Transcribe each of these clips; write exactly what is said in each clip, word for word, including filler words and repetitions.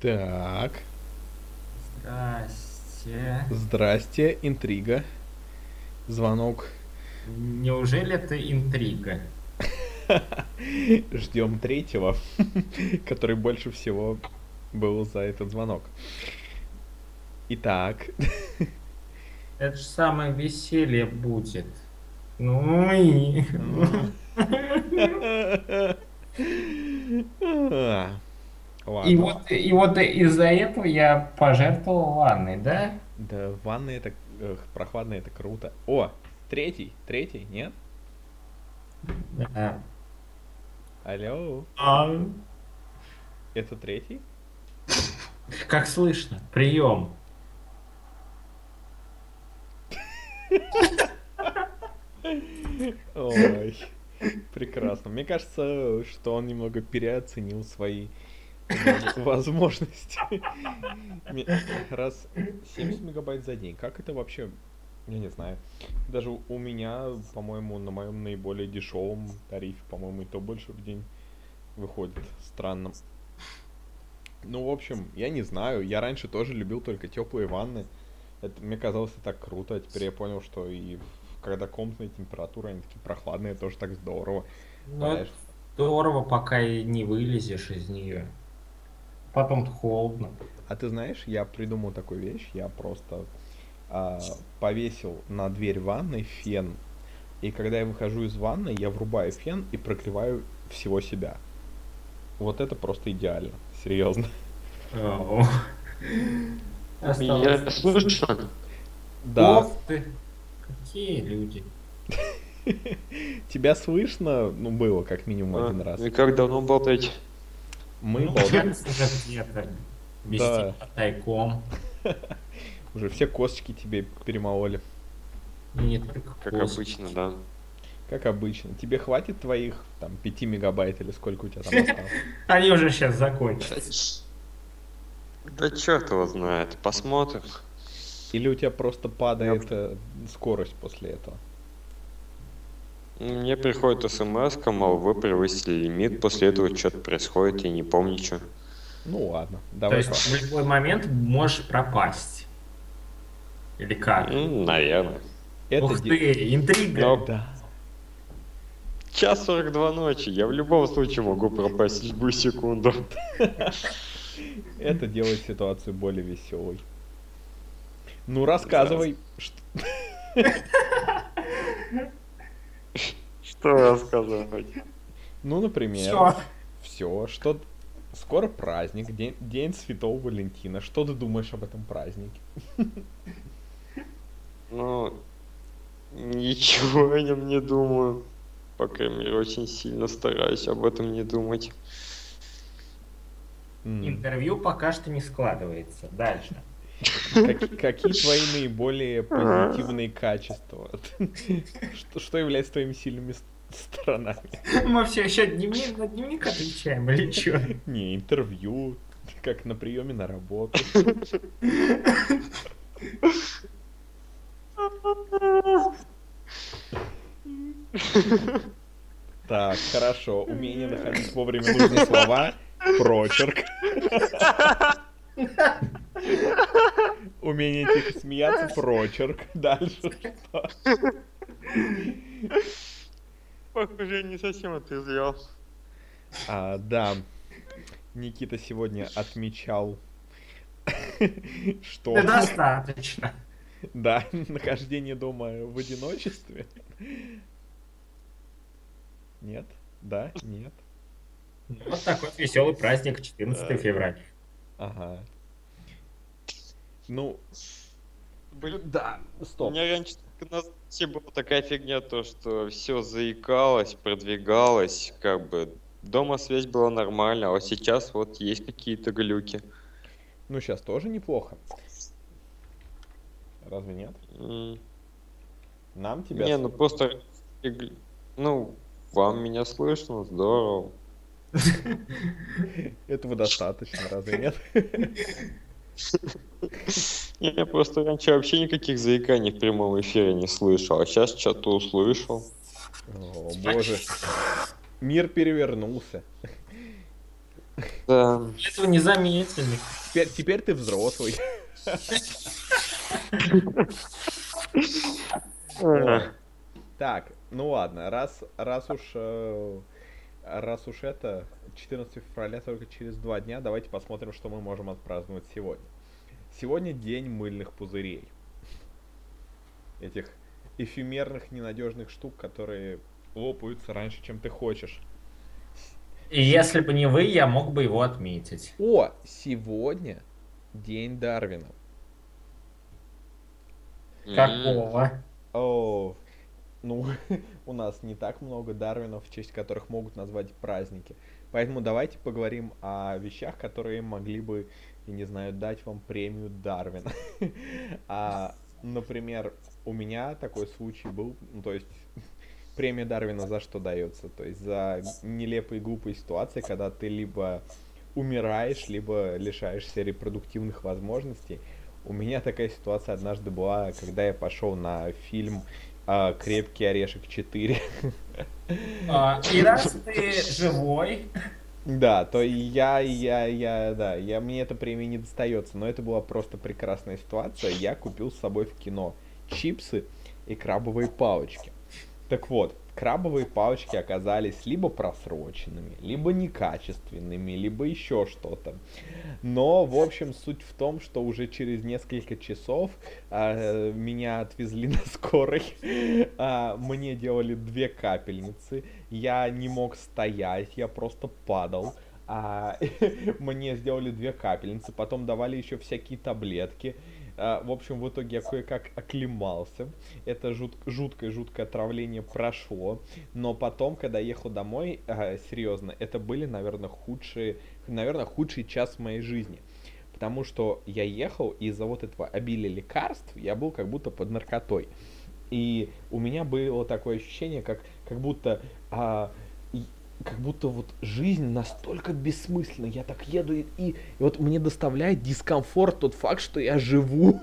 Так, Здрасте. здрасте, интрига, звонок. Неужели это интрига? Ждем третьего, который больше всего был за этот звонок. Итак, Это же самое веселье будет. Ну и... И ладно. вот, и вот из-за этого я пожертвовал ванной, да? Да, ванны это эх, прохладно, это круто. О, третий, третий, нет? Да. Алло, А, это третий? Как слышно? Прием. Ой, прекрасно. Мне кажется, что он немного переоценил свои воз- возможности. Ми- Раз семьдесят мегабайт за день, как это вообще? Я не знаю. Даже у меня, по-моему, на моем наиболее дешевом тарифе, по-моему, и то больше в день выходит. Странно. Ну, в общем, я не знаю. Я раньше тоже любил только теплые ванны. Это мне казалось это так круто, а теперь я понял, что и в- когда комнатная температура, они такие прохладные, тоже так здорово. Ну, это Валяешь. здорово, пока и не вылезешь из нее. Потом холодно. А ты знаешь, я придумал такую вещь, я просто а, повесил на дверь ванной фен, и когда я выхожу из ванной, я врубаю фен и прогреваю всего себя. Вот это просто идеально, серьезно. О, Осталось. Я слышно. Да, Ох ты! Какие люди. тебя слышно, ну, было как минимум А, один раз. и как давно болтаете? Мы Ну, болтаем, сейчас уже где-то вести да, тайком. уже все косточки тебе перемололи, И не только Как кост. обычно, да. как обычно. Тебе хватит твоих, там, пяти мегабайт или сколько у тебя там осталось? Они уже сейчас закончатся. Да черт его знает, посмотрим. Или у тебя просто падает э, скорость после этого? Мне приходит смс, мол, вы превысили лимит, после этого что-то происходит, я не помню что. Ну ладно, То давай есть так. в любой момент можешь пропасть. Или как? Наверное. Это Ух де- ты, интрига. Но Да. час сорок два ночи, я в любом случае могу пропасть в любую секунду. Это делает ситуацию более веселой. Ну, рассказывай. Ш- Что рассказывать? Ну, например, Все. все, что скоро праздник, день, день Святого Валентина. Что ты думаешь об этом празднике? Ну, ничего о нем не думаю. По крайней мере, очень сильно стараюсь об этом не думать. М, Интервью пока что не складывается. Дальше. как- какие твои наиболее позитивные качества? Что, что является твоими сильными с- сторонами? Мы все еще дневник на дневник отвечаем или что? Не, интервью, как на приеме на работу. Так, хорошо. Умение находить вовремя нужные слова. Прочерк. Умение тихо смеяться. Прочерк. Дальше что? Похоже, я не совсем отрезвел. А, да, Никита сегодня отмечал, что, Да достаточно. да, нахождение дома в одиночестве. Нет? Да? Нет? Вот такой вот веселый праздник, четырнадцатого февраля. Ага. Ну, Блин, да, у стоп. меня раньше на все была такая фигня, то что все заикалось, продвигалось, как бы дома связь была нормальная, а вот сейчас вот есть какие-то глюки. Ну, сейчас тоже неплохо. Разве нет? М, Нам тебя... Не, с- ну просто, фиг- ну, вам меня слышно, здорово. Этого достаточно, разве нет? Я просто раньше вообще никаких заиканий в прямом эфире не слышал, а сейчас что-то услышал. О, боже. Мир перевернулся. Да. Этого не заметили. Теперь, теперь ты взрослый. Ой. Так, ну ладно, раз, раз уж э, раз уж это четырнадцатого февраля только через два дня, давайте посмотрим, что мы можем отпраздновать сегодня. Сегодня день мыльных пузырей. Этих эфемерных, ненадежных штук, которые лопаются раньше, чем ты хочешь. И если бы не вы, я мог бы его отметить. О, сегодня день Дарвина. Какого? О, ну, у нас не так много Дарвинов, в честь которых могут назвать праздники. Поэтому давайте поговорим о вещах, которые могли бы, я не знаю, дать вам премию Дарвина. А, например, у меня такой случай был, ну, то есть премия Дарвина за что дается? То есть за нелепые глупые ситуации, когда ты либо умираешь, либо лишаешься репродуктивных возможностей. У меня такая ситуация однажды была, когда я пошел на фильм а, «Крепкий орешек четыре». А, и раз ты живой, Да, то я, я, я, да, я, мне эта премия не достается, но это была просто прекрасная ситуация. Я купил с собой в кино чипсы и крабовые палочки. Так вот, крабовые палочки оказались либо просроченными, либо некачественными, либо еще что-то. Но, в общем, суть в том, что уже через несколько часов а, меня отвезли на скорой. А, мне делали две капельницы. Я не мог стоять, я просто падал. А, мне сделали две капельницы, потом давали еще всякие таблетки. А, в общем, в итоге я кое-как оклемался. Это жут, жуткое-жуткое отравление прошло. Но потом, когда ехал домой, а, серьезно, это были, наверное, худшие, наверное, худший час в моей жизни. Потому что я ехал, и из-за вот этого обилия лекарств я был как будто под наркотой. И у меня было такое ощущение, как, как будто... А, как будто вот жизнь настолько бессмысленна. Я так еду и, и, и вот мне доставляет дискомфорт тот факт, что я живу.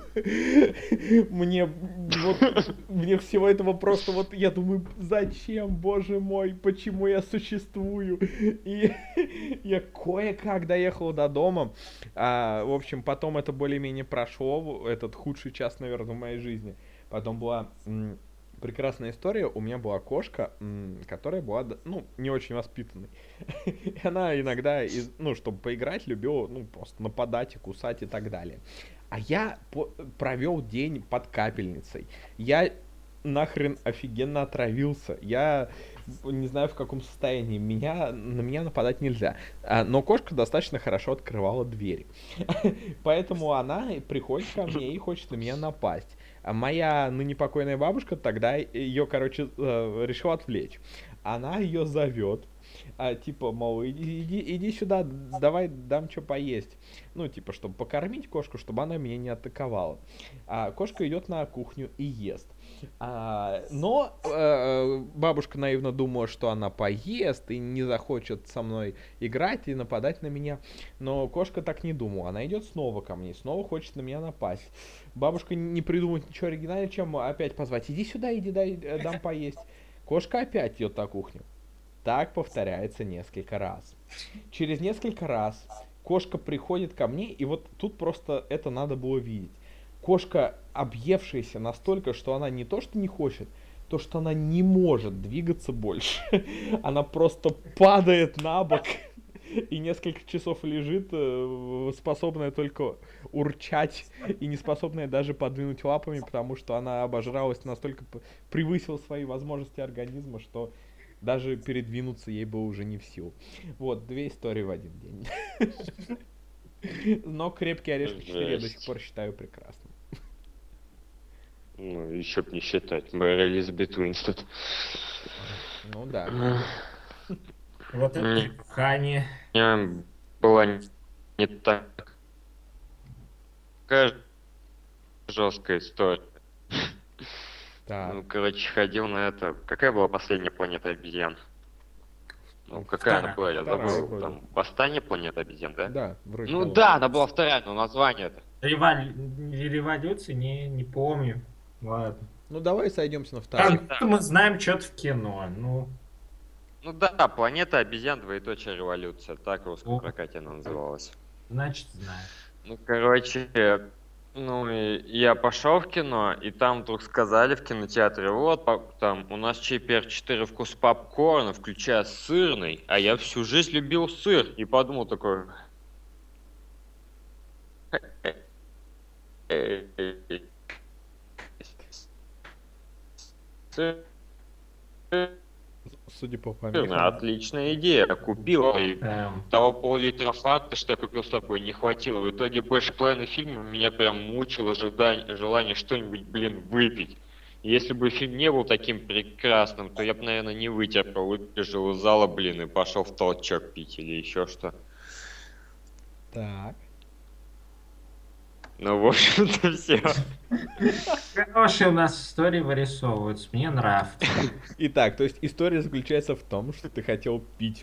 Мне вот мне всего этого просто вот я думаю, зачем, боже мой, почему я существую? И я кое-как доехал до дома. А, в общем, потом это более-менее прошло, этот худший час, наверное, в моей жизни. Потом была прекрасная история. У меня была кошка, которая была, ну, не очень воспитанной. И она иногда, ну, чтобы поиграть, любила, ну, просто нападать и кусать и так далее. А я провел день под капельницей. Я нахрен офигенно отравился. Я не знаю, в каком состоянии. Меня, на меня нападать нельзя. Но кошка достаточно хорошо открывала двери. Поэтому она приходит ко мне и хочет на меня напасть. А моя ныне покойная бабушка тогда ее, короче, решила отвлечь. Она ее зовет. А, типа, мол, иди, иди, иди сюда, давай дам что поесть. Ну, типа, чтобы покормить кошку, чтобы она меня не атаковала. А кошка идет на кухню и ест. А, но э, бабушка наивно думала, что она поест и не захочет со мной играть и нападать на меня. Но кошка так не думала. Она идет снова ко мне, снова хочет на меня напасть. Бабушка не придумает ничего оригинального, чем опять позвать. Иди сюда, иди, дай, дам поесть. Кошка опять идет на кухню. Так повторяется несколько раз. Через несколько раз кошка приходит ко мне, и вот тут просто это надо было видеть. Кошка, объевшаяся настолько, что она не то что не хочет, то что она не может двигаться больше. Она просто падает на бок и несколько часов лежит, способная только урчать и не способная даже подвинуть лапами, потому что она обожралась, настолько превысила свои возможности организма, что даже передвинуться ей было уже не в силу. Вот, две истории в один день. Но «Крепкий орешек четыре» я до сих пор считаю прекрасным. Ну, еще б не считать. Мэри Элизабет Уинстед. Ну да. Вот это Хани. У меня была не так такая жесткая история. Так. Ну, короче, ходил на это. Какая была последняя планета обезьян? Ну, какая она была, я забыл. Там «Восстание планеты обезьян», да? Да, вроде Ну того. да, она была вторая, но название это. Револю... Революция? Не, не помню. Ладно. Ну давай сойдемся на второй. Там мы знаем что-то в кино. Ну, Ну да, планета обезьян, двоеточие революция. Так в русском О. прокате она называлась. Значит, знаю. Ну, короче, ну, и я пошел в кино, и там вдруг сказали в кинотеатре, вот, по- там, у нас Чей Пи Ар четыре вкус попкорна, включая сырный, а я всю жизнь любил сыр, и подумал такой... Сыр, Судя по сырный, помехам, отличная идея, купил, и Эм, того пол-литра фанты, что я купил с собой, не хватило. В итоге больше половины фильма меня прям мучило ожидание, желание что-нибудь, блин, выпить. И если бы фильм не был таким прекрасным, то я бы, наверное, не вытерпел, выбежал из зала, блин, и пошел в толчок пить или еще что. так. Ну, в общем-то, все. Хорошие у нас истории вырисовываются, мне нравится. Итак, то есть история заключается в том, что ты хотел пить.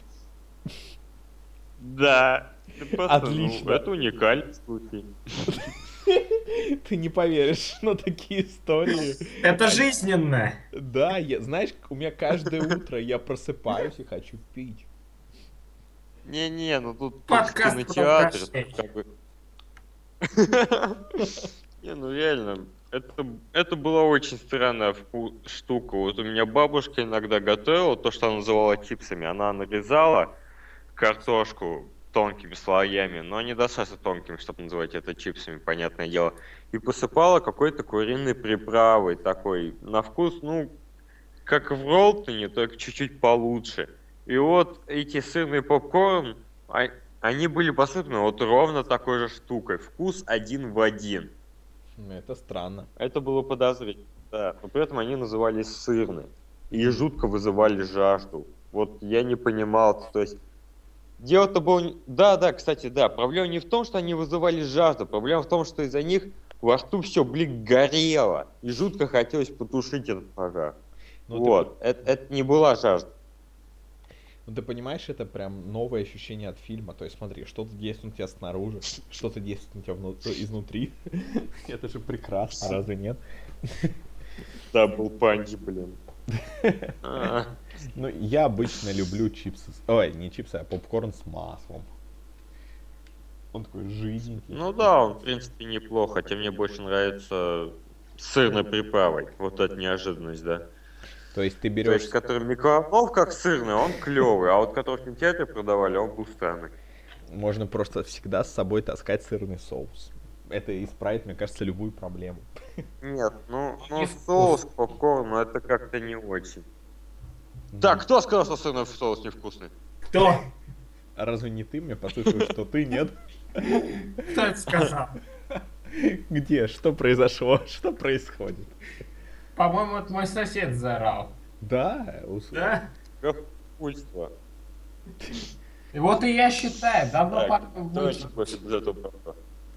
Да. Это просто, ну, Отлично. это уникальный случай. Ты не поверишь, но такие истории. Это жизненно. Да, я, знаешь, у меня каждое утро я просыпаюсь и хочу пить. Не-не, ну тут, тут Подкаст про кинотеатр, гостей. как бы... Не, ну реально, это, это была очень странная вку- штука. Вот у меня бабушка иногда готовила то, что она называла чипсами. Она нарезала картошку тонкими слоями, но недостаточно тонкими, чтобы называть это чипсами, понятное дело. И посыпала какой-то куриной приправой такой. На вкус, ну, как в Ролтоне, только чуть-чуть получше. И вот эти сырный попкорн, а- они были посыпаны вот ровно такой же штукой. Вкус один в один. М, Это странно. Это было подозрительно, да. Но при этом они назывались сырные. И жутко вызывали жажду. Вот я не понимал, то есть... Дело-то было... не- Да, да, кстати, да. Проблема не в том, что они вызывали жажду. Проблема в том, что из-за них во рту все, блин, горело. И жутко хотелось потушить этот пожар. Ну, ты Вот. Это, это не была жажда. Ну, ты понимаешь, это прям новое ощущение от фильма. То есть, смотри, что-то действует на тебя снаружи, что-то действует на тебя внутри, изнутри. Это же прекрасно, разве нет? Дабл панч, блин. А, Ну, я обычно люблю чипсы. с- Ой, не чипсы, а попкорн с маслом. Он такой жиденький. Ну да, он, в принципе, неплохо. Хотя мне больше нравится с сырной приправой. Вот эта неожиданность, да. То есть ты То берешь... есть, который в микроволновках сырный, он клевый, а вот который в кинотеатре продавали, он был странный. Можно просто всегда с собой таскать сырный соус. Это исправит, мне кажется, любую проблему. Нет, ну, ну Невкусно. соус к попкорну это как-то не очень. Так, кто сказал, что сырный соус невкусный? Кто? А разве не ты? Мне послышалось, что ты, нет? Кто это сказал? Где? Что произошло? Что происходит? По-моему, это мой сосед заорал. Да? ус- Да? Капульство. И вот и я считаю, давно Так, пора давайте выйти. после бюджета правда.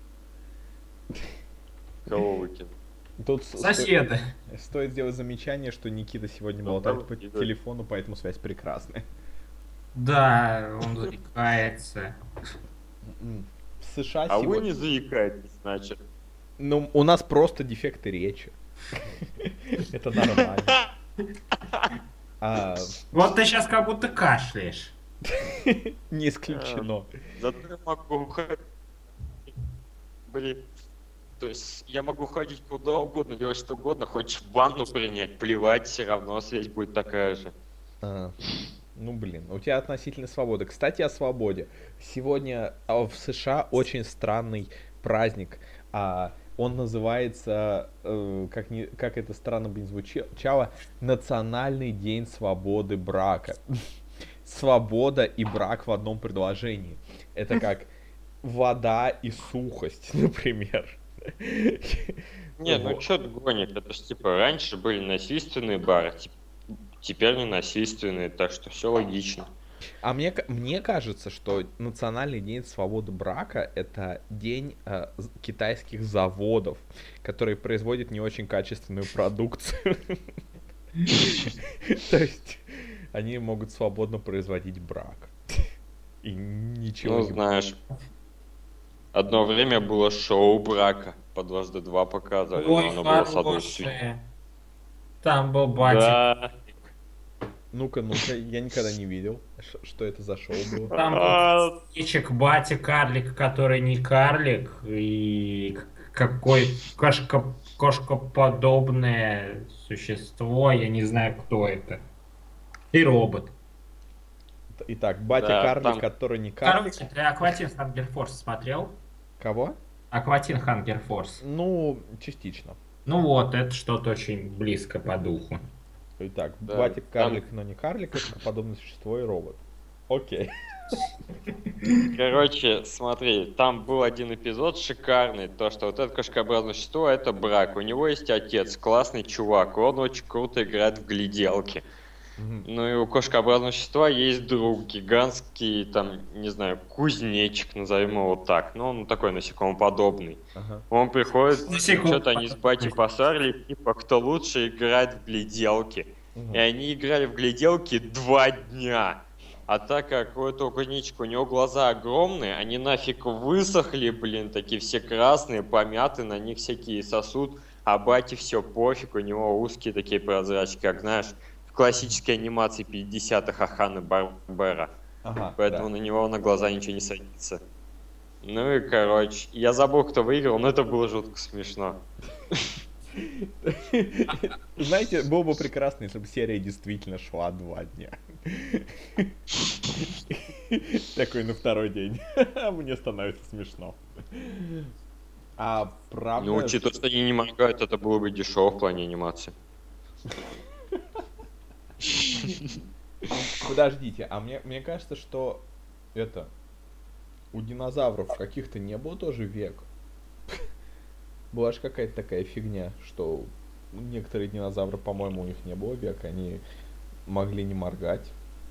Кого выкинуть? Тут с- Соседы. сто- стоит сделать замечание, что Никита сегодня Ну, болтает там по Никита. телефону, поэтому связь прекрасная. Да, он заикается. М. В США А вы сегодня... не заикаетесь, значит. Ну, у нас просто дефекты речи. Это нормально. А, Вот ты сейчас как будто кашляешь. не исключено. Зато я могу ходить. Блин. То есть я могу ходить куда угодно, делать что угодно, хочешь ванну принять, плевать, все равно связь будет такая же. А, ну блин, у тебя относительно свобода. Кстати, о свободе. Сегодня а, в США очень странный праздник. А, он называется, э, как, не, как это странно бы не звучало, Национальный день свободы брака. Свобода и брак в одном предложении. Это как вода и сухость, например. Не, ну Вот. чё ты гонишь, это ж типа раньше были насильственные бары, теп- теперь не насильственные, так что все логично. А мне, ка- мне кажется, что Национальный день свободы брака это день э, з- китайских заводов, которые производят не очень качественную продукцию. То есть они могут свободно производить брак. И ничего Ну, не... знаешь, одно время было шоу брака, по дважды два показывали, но Ой, оно было с одной хорошие. Там был батя. Да, Ну-ка, ну-ка, я никогда не видел, Ш- что это за шоу было. Там А, был птичек, батя, карлик, который не карлик, и к- какой кошка, кошкоподобное существо, я не знаю, кто это. И робот. Итак, батя Да, карлик, там который не карлик. Короче, ты Акватин Хангер Форс смотрел? Кого? Акватин Хангер Форс. Ну, частично. Ну вот, это что-то очень близко по духу. Итак, Да, батя там- карлик, но не карлик, кошкоподобное существо и робот. Окей. Короче, смотри, там был один эпизод шикарный, то, что вот это кошкообразное существо, это брак. У него есть отец, классный чувак, он очень круто играет в гляделки. Мгм. Ну и у кошкообразного существа есть друг, гигантский, там, не знаю, кузнечик, назовем его вот так. Ну, он такой насекомоподобный. Ага. Он приходит, Насекомоподобный. что-то они с батей посарили, типа, кто лучше играет в гляделки. Мгм. И они играли в гляделки два дня. А так как у этого кузнечика, у него глаза огромные, они нафиг высохли, блин, такие все красные, помяты, на них всякие сосуд. А бате все пофиг, у него узкие такие прозрачки, как, знаешь, в классической анимации пятидесятых Ахана Барбера. Ага, Поэтому да. на него на глаза ничего не садится. Ну и, короче, я забыл, кто выиграл, но это было жутко смешно. Знаете, было бы прекрасно, если бы серия действительно шла два дня. Такой на второй день. Мне становится смешно. А правда... Ну, учитывая, что они не моргают, это было бы дешево в плане анимации. Подождите, а мне, мне кажется, что это... У динозавров каких-то не было тоже век. Была же какая-то такая фигня, что некоторые динозавры, по-моему, у них не было века, они могли не моргать.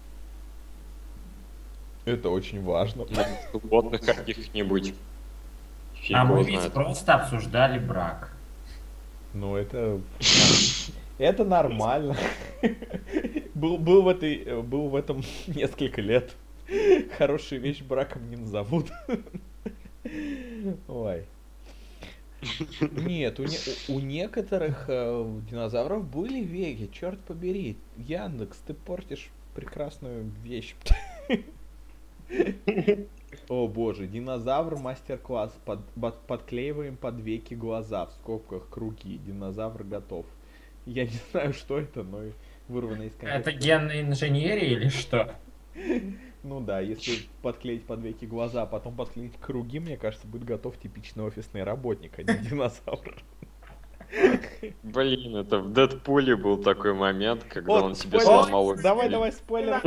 Это очень важно. Ну, животных каких-нибудь. Фиг А мы его ведь знает. просто обсуждали брак. Ну, это... Это нормально. Был, был, в этой, был в этом несколько лет. Хорошую вещь браком не назовут. Ой. Нет, у, не, у, у некоторых э, динозавров были веки, черт побери. Яндекс, ты портишь прекрасную вещь. О боже, динозавр мастер-класс. Под, под- подклеиваем под веки глаза, в скобках круги. Динозавр готов. Я не знаю, что это, но вырвано из контекста. Это генная инженерия или что? Ну да, если подклеить под веки глаза, а потом подклеить круги, мне кажется, будет готов типичный офисный работник, а не динозавр. Блин, это в Дэдпуле был такой момент, когда Вот, он себе спойлер. сломал... Давай, обе- давай, спойлер.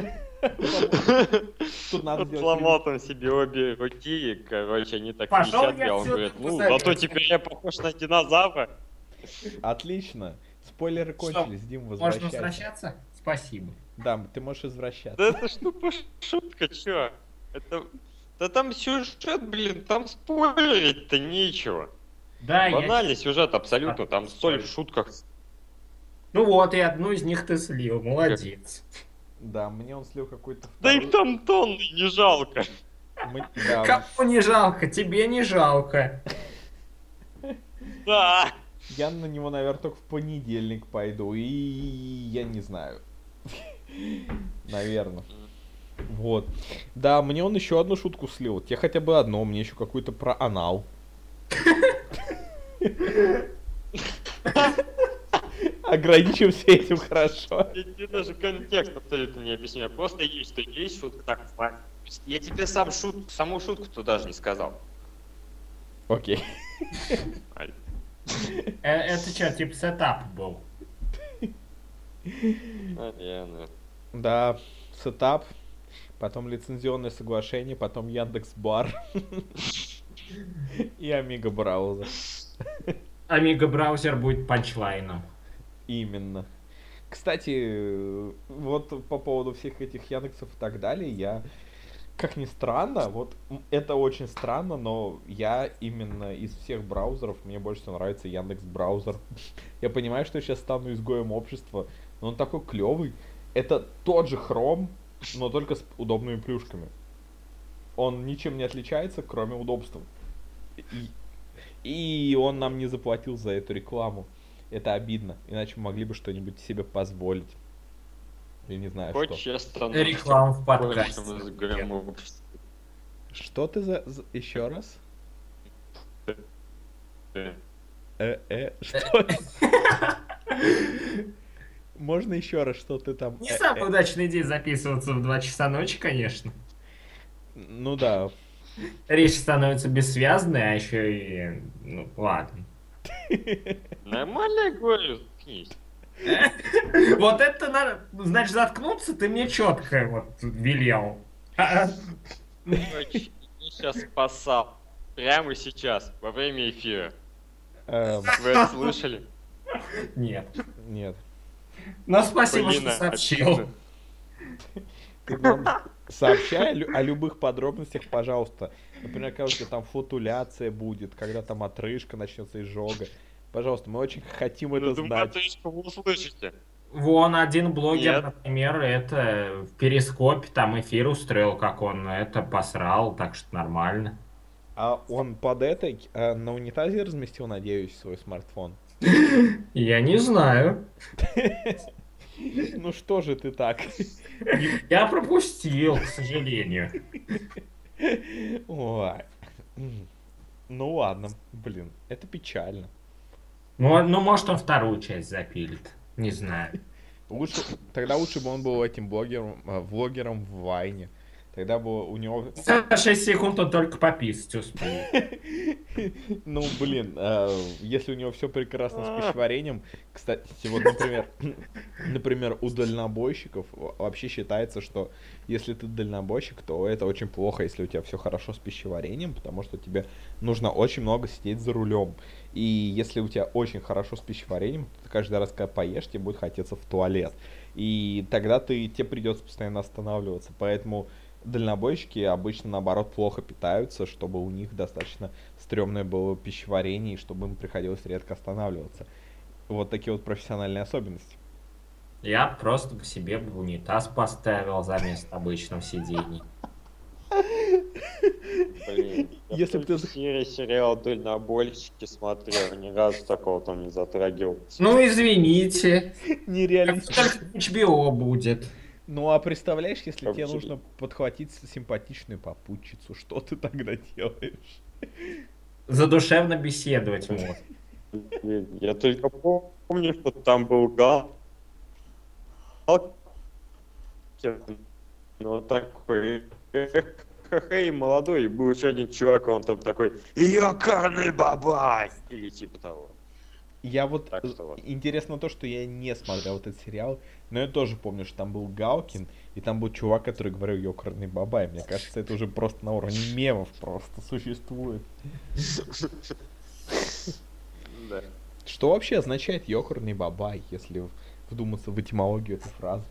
Тут надо Он сделать сломал там себе обе руки, и, короче, они так Пошёл висят, я и он отсюда, говорит, ну, кусай, зато блядь». теперь я похож на динозавра. Отлично. Спойлеры Что, кончились, Дим, Можно возвращайся. возвращаться? Спасибо. Да, ты можешь возвращаться. Да это что, шутка, чё? Это... Да там сюжет, блин, там спойлерить-то нечего. Да, я... Банальный сюжет абсолютно, там соль в шутках. Ну вот, и одну из них ты слил, молодец. Да, мне он слил какой-то Да второй... их там тонны, не жалко. Мы- да, Кому не жалко, тебе не жалко. Да. я на него, наверное, только в понедельник пойду, и я не знаю. Наверное. Вот. Да, мне он еще одну шутку слил. Тебе хотя бы одно, мне еще какую-то про анал. Ограничимся этим, хорошо. Я тебе даже контекст абсолютно не объясняю. Просто есть, что есть шутка, так, хватит. Я тебе сам шут, саму шутку-то даже не сказал. Окей. Ай. Э, Это что, типа сетап был? Наверное. Да, сетап, потом лицензионное соглашение, потом Яндекс.Бар и Amiga браузер. Amiga браузер будет панчлайном. Именно. Кстати, вот по поводу всех этих Яндексов и так далее, я, как ни странно, вот м, это очень странно, но я именно из всех браузеров, мне больше всего нравится Яндекс браузер. Я понимаю, что я сейчас стану изгоем общества, но он такой клевый. Это тот же Chrome, но только с удобными плюшками. Он ничем не отличается, кроме удобства. И, и он нам не заплатил за эту рекламу. Это обидно, иначе мы могли бы что-нибудь себе позволить. Я не знаю, Хочешь, что. я стану Реклама в большим подкасте. изгоем общества. Что ты за... за- Еще раз? Э, Э, э, что? Можно еще раз, что ты там... Не э, самый э? удачный день записываться в два часа ночи, конечно. Ну да. Речь становится бессвязной, а еще и... Ну, ладно. Нормально я говорю, заткнись. Вот это надо... Значит, заткнуться ты мне четко вот велел. А, Короче, я сейчас спасал. Прямо сейчас, во время эфира. Эм, Вы это слышали? Нет. Нет. Но спасибо, Блин, что а сообщил. ты- Ты нам сообщай о лю- о любых подробностях, пожалуйста. Например, когда у тебя там фотуляция будет, когда там отрыжка начнется, изжога. Пожалуйста, мы очень хотим это Ну, думаю, знать. отрыжку вы услышите. Вон один блогер, Нет. например, это в Перископе там эфир устроил, как он это посрал, так что нормально. А он под этой э, на унитазе разместил, надеюсь, свой смартфон. Я не знаю. Ну что же ты так? Я пропустил, к сожалению. Ой. Ну ладно, блин, это печально. Ну, ну, может, он вторую часть запилит. Не знаю. Лучше, тогда лучше бы он был этим блогером, э, влогером в Вайне. Тогда бы у него... За шесть секунд он только пописать успеет. Ну, блин, э, если у него все прекрасно с пищеварением, кстати, вот, например, например, у дальнобойщиков вообще считается, что если ты дальнобойщик, то это очень плохо, если у тебя все хорошо с пищеварением, потому что тебе нужно очень много сидеть за рулем. И если у тебя очень хорошо с пищеварением, то ты каждый раз, когда поешь, тебе будет хотеться в туалет. И тогда ты, тебе придется постоянно останавливаться. Поэтому дальнобойщики обычно, наоборот, плохо питаются, чтобы у них достаточно стрёмное было пищеварение, и чтобы им приходилось редко останавливаться. Вот такие вот профессиональные особенности. Я просто бы себе бы унитаз поставил за место обычного сидения. Блин, я Если б только ты- серия сериал «Дальнобойщики» смотрел, ни разу такого там не затрагивался. Ну, извините. Нереалистично. Только эйч би о будет. Ну а представляешь, если тебе Вообще. нужно подхватить симпатичную попутчицу, что ты тогда делаешь? Задушевно беседовать можно. Блин, я только помню, что там был Гал. Ну, такой, хе-хе, молодой, и был еще один чувак, он там такой, «Ёкарный бабай!» Или типа того. Я вот... Так что вот. Интересно то, что я не смотрел этот сериал, но я тоже помню, что там был Галкин, и там был чувак, который говорил «Ёкарный бабай». Мне кажется, это уже просто на уровне мемов просто существует. Да. Что вообще означает «Ёкарный бабай», если вдуматься в этимологию этой фразы?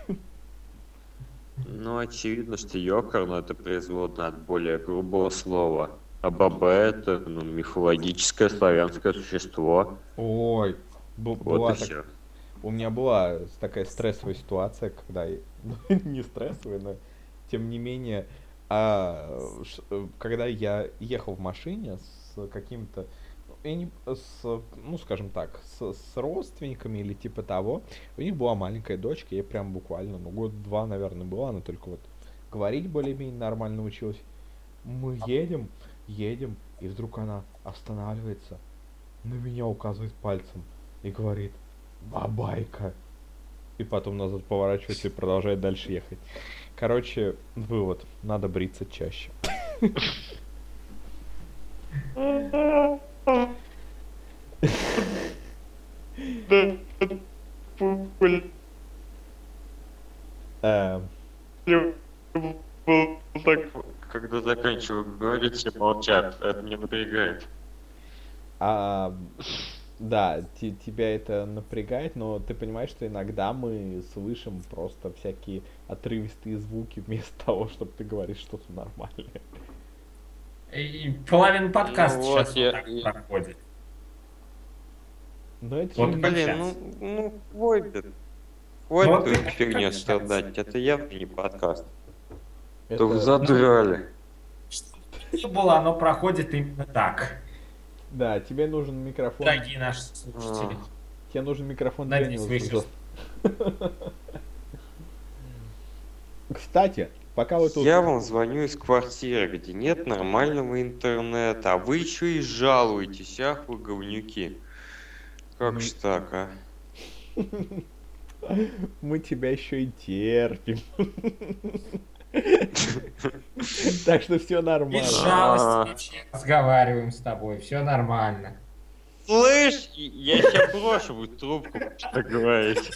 Ну, очевидно, что ёкар, но это производно от более грубого слова. А баба это, ну, мифологическое славянское существо. Ой, бу- Вот была и так- все. у меня была такая стрессовая ситуация, когда... я- ну, не стрессовая, но тем не менее, а, ш- э, когда я ехал в машине с каким-то... я не- с, ну, скажем так, с, с родственниками или типа того, у них была маленькая дочка, ей прям буквально, ну, год-два, наверное, была, она только вот говорить более-менее нормально научилась. Мы едем, едем, и вдруг она останавливается, на меня указывает пальцем и говорит: «Бабайка». И потом назад поворачивается и продолжает дальше ехать. Короче, вывод: надо бриться чаще. Эм, Когда заканчиваю говорить, все молчат. Это меня напрягает. а, да, те- тебя это напрягает, но ты понимаешь, что иногда мы слышим просто всякие отрывистые звуки вместо того, чтобы ты говоришь что-то нормальное. И половина подкаста Ну вот, сейчас я- вот так я- проходит. Но это Вот же не- как Блин, щас. ну, ну, хватит. Хватит Вот эту как фигню щас. страдать. Это явно не подкаст. это- То вы задрали. Что было, оно проходит именно так. Да, тебе нужен микрофон. Дорогие наши слушатели. Тебе нужен микрофон Надеюсь, вы Дэниелса. сейчас- Кстати, пока вы тут... Я вам звоню из квартиры, где нет нормального интернета, а вы еще и жалуетесь, ах вы говнюки. Как Ну, ж так, а? Мы тебя еще и терпим. Так что все Без нормально. жалости вообще разговариваем с тобой, все нормально. Слышь, я тебя брошу, вы трубку что говорите.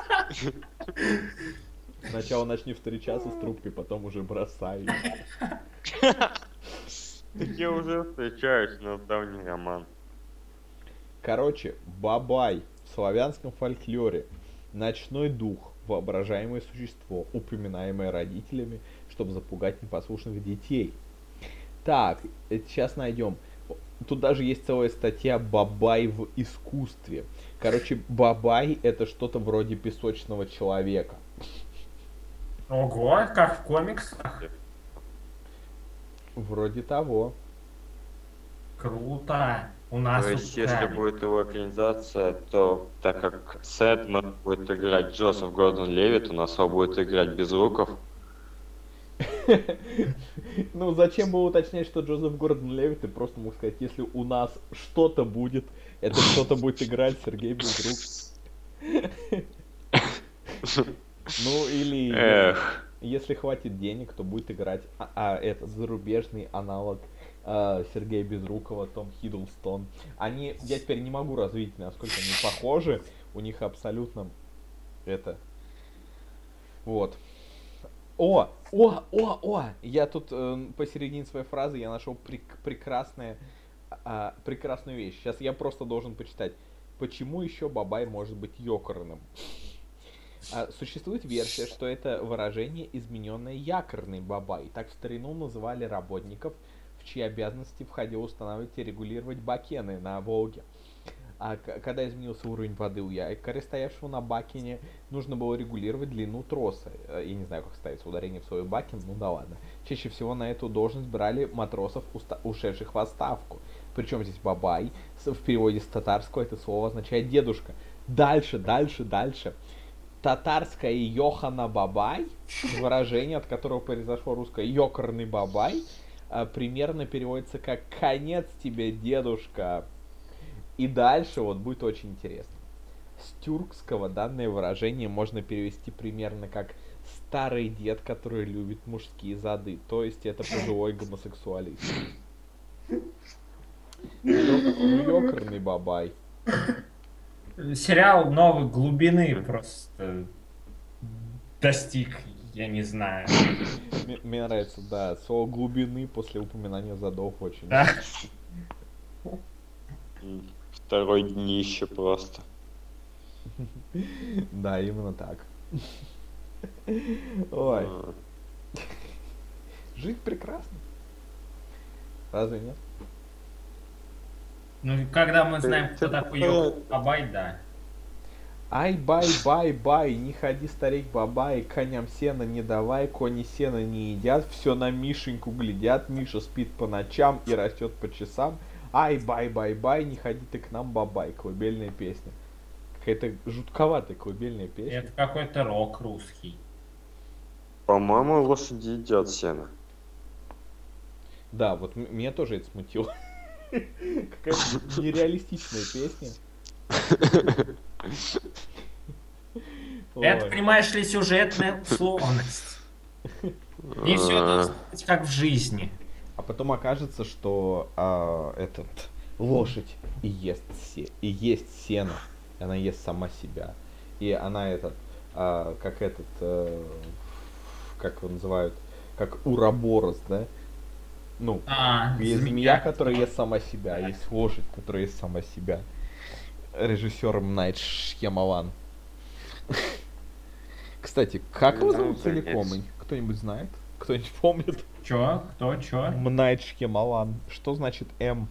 Сначала начни встречаться с трубкой, потом уже бросай. Так я уже встречаюсь, но давний роман. Короче, бабай в славянском фольклоре ночной дух, воображаемое существо, упоминаемое родителями, чтобы запугать непослушных детей. Так, сейчас найдем. Тут даже есть целая статья «Бабай в искусстве». Короче, бабай это что-то вроде песочного человека. Ого, как в комиксах. Вроде того. Круто. У нас То есть, если будет его экранизация, то так как Сэдман будет играть Джозеф Гордон-Левитт, у нас его будет играть Безруков. Ну, зачем было уточнять, что Джозеф Гордон-Левитт, ты просто мог сказать, если у нас что-то будет, это что-то будет играть Сергей Безруков. Ну, или Эх. если хватит денег, то будет играть а, а, этот зарубежный аналог а, Сергея Безрукова, Том Хиддлстон. Они, я теперь не могу развить, насколько они похожи, у них абсолютно это... Вот. О, о, о, о! Я тут э, посередине своей фразы я нашел прек- прекрасное, а, прекрасную вещь. Сейчас я просто должен почитать. Почему еще бабай может быть ёкорным? А, существует версия, что это выражение измененное якорный бабай. Так в старину называли работников, в чьи обязанности входило устанавливать и регулировать бакены на Волге. А к- когда изменился уровень воды у якоря, стоявшего на бакене, нужно было регулировать длину троса. Э, Я не знаю, как ставится ударение в свой бакен, ну да ладно. Чаще всего на эту должность брали матросов, уста- ушедших в отставку. Причем здесь бабай, с- в переводе с татарского это слово означает дедушка. Дальше, дальше, дальше. Татарское Йохана Бабай, выражение, от которого произошло русское ёкарный бабай, а, примерно переводится как «конец тебе, дедушка». И дальше вот будет очень интересно. С тюркского данное выражение можно перевести примерно как «старый дед, который любит мужские зады», то есть это пожилой гомосексуалист. Ну, ёкарный бабай. Сериал новой глубины просто достиг, я не знаю. Мне, мне нравится, да, слово глубины после упоминания задов очень. Да. М, Второй днище просто. Да, именно так. Ой, А, жить прекрасно. Разве нет? Ну, когда мы Ты- знаем, ты кто такой такая- Йоко Бабай, да. Ай, бай, бай, бай, не ходи, старик бабай, коням сена не давай, кони сена не едят, все на Мишеньку глядят, Миша спит по ночам и растет по часам. Ай, бай, бай, бай, не ходи ты к нам, бабай, колыбельная песня. Какая-то жутковатая колыбельная песня. Это какой-то рок русский. По-моему, лошади едят сено. Да, вот м- меня тоже это смутило. Какая-то нереалистичная песня. Это, Ой. понимаешь ли, сюжетная условность. Не все А, должно быть как в жизни. А потом окажется, что а, этот лошадь и ест се, и есть сено, и она ест сама себя, и она этот, а, как этот, э, как его называют, как уроборос, да? Ну, А, есть змея, которая ест сама себя, Да. есть лошадь, которая ест сама себя. Режиссер М. Найт Шьямалан. Кстати, как его Ну, зовут целиком? конец. Кто-нибудь знает? Кто-нибудь помнит? Чё? Кто? Чё? М. Найт Шьямалан. Что значит М?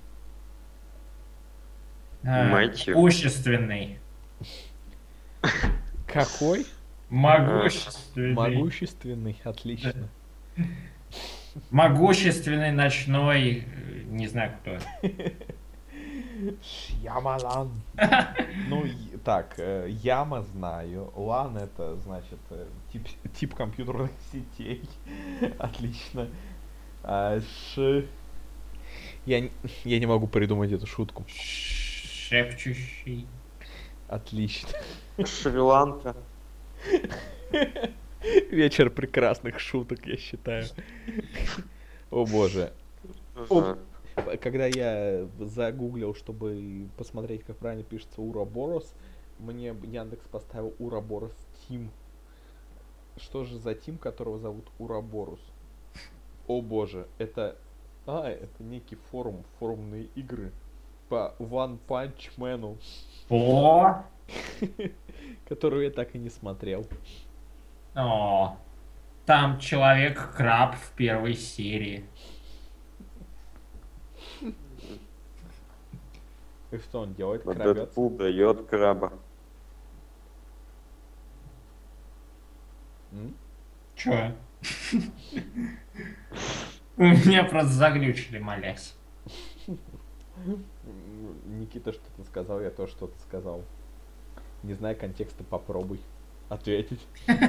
А, Мотив. Могущественный. Какой? Могущественный. Могущественный, отлично. Могущественный ночной... э, Не знаю кто. Ямалан. Ну, и- так, э, Яма знаю. Лан это, значит, э, тип, тип компьютерных сетей. Отлично. А Ш... Я, не- я не могу придумать эту шутку. Шепчущий. Отлично. Шри-Ланка. Вечер прекрасных шуток, я считаю. О боже. Ага. Когда я загуглил, чтобы посмотреть, как правильно пишется Уроборос, мне Яндекс поставил Уроборос Тим. Что же за Тим, которого зовут Уроборос? О боже, это... А, это некий форум, форумные игры по One Punch Man, О! которую я так и не смотрел. О! Там Человек-краб в первой серии. И что он делает? Вот Крадется? Дэдпул дает краба. М? Чё? Меня просто заглючили, молясь. М, Никита что-то сказал, я тоже что-то сказал. Не зная контекста, попробуй ответить.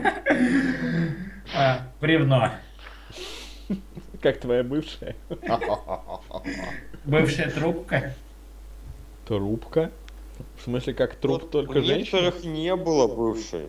А, бревно. Как твоя бывшая? Бывшая трубка. Трубка? В смысле, как труп Вот только у женщины? некоторых не было бывшей.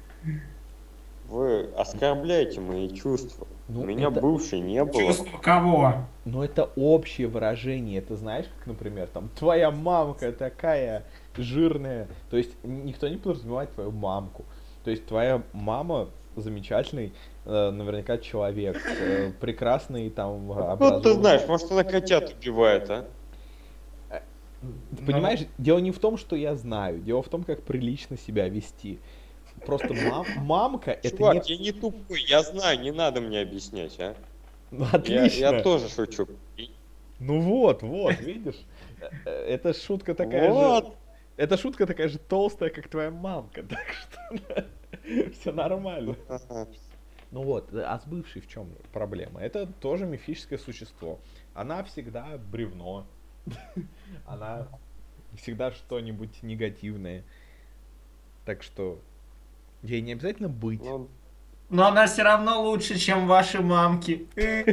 Вы оскорбляете мои чувства. Ну, у меня это- бывшей не было. Чувство кого? Но это общее выражение. Это знаешь, как, например, там, твоя мамка такая жирная. То есть н- никто не подразумевает твою мамку. То есть твоя мама замечательный, э, наверняка человек, э, прекрасный, там, Вот ты образованный. знаешь, может она котят убивает, а? Ты понимаешь, дело не в том, что я знаю, дело в том, как прилично себя вести. Просто мам- мамка это Чувак, не... я не тупой, я знаю, не надо мне объяснять, а? Ну, Я, отлично. я тоже шучу. Ну вот, вот, видишь? Э, э, Это шутка такая же... Вот. Эта шутка такая же толстая, как твоя мамка, так что все нормально. Ага. Ну вот, а с бывшей в чем проблема? Это тоже мифическое существо. Она всегда бревно. Она всегда что-нибудь негативное. Так что ей не обязательно быть. Ну, Но она все равно лучше, чем ваши мамки.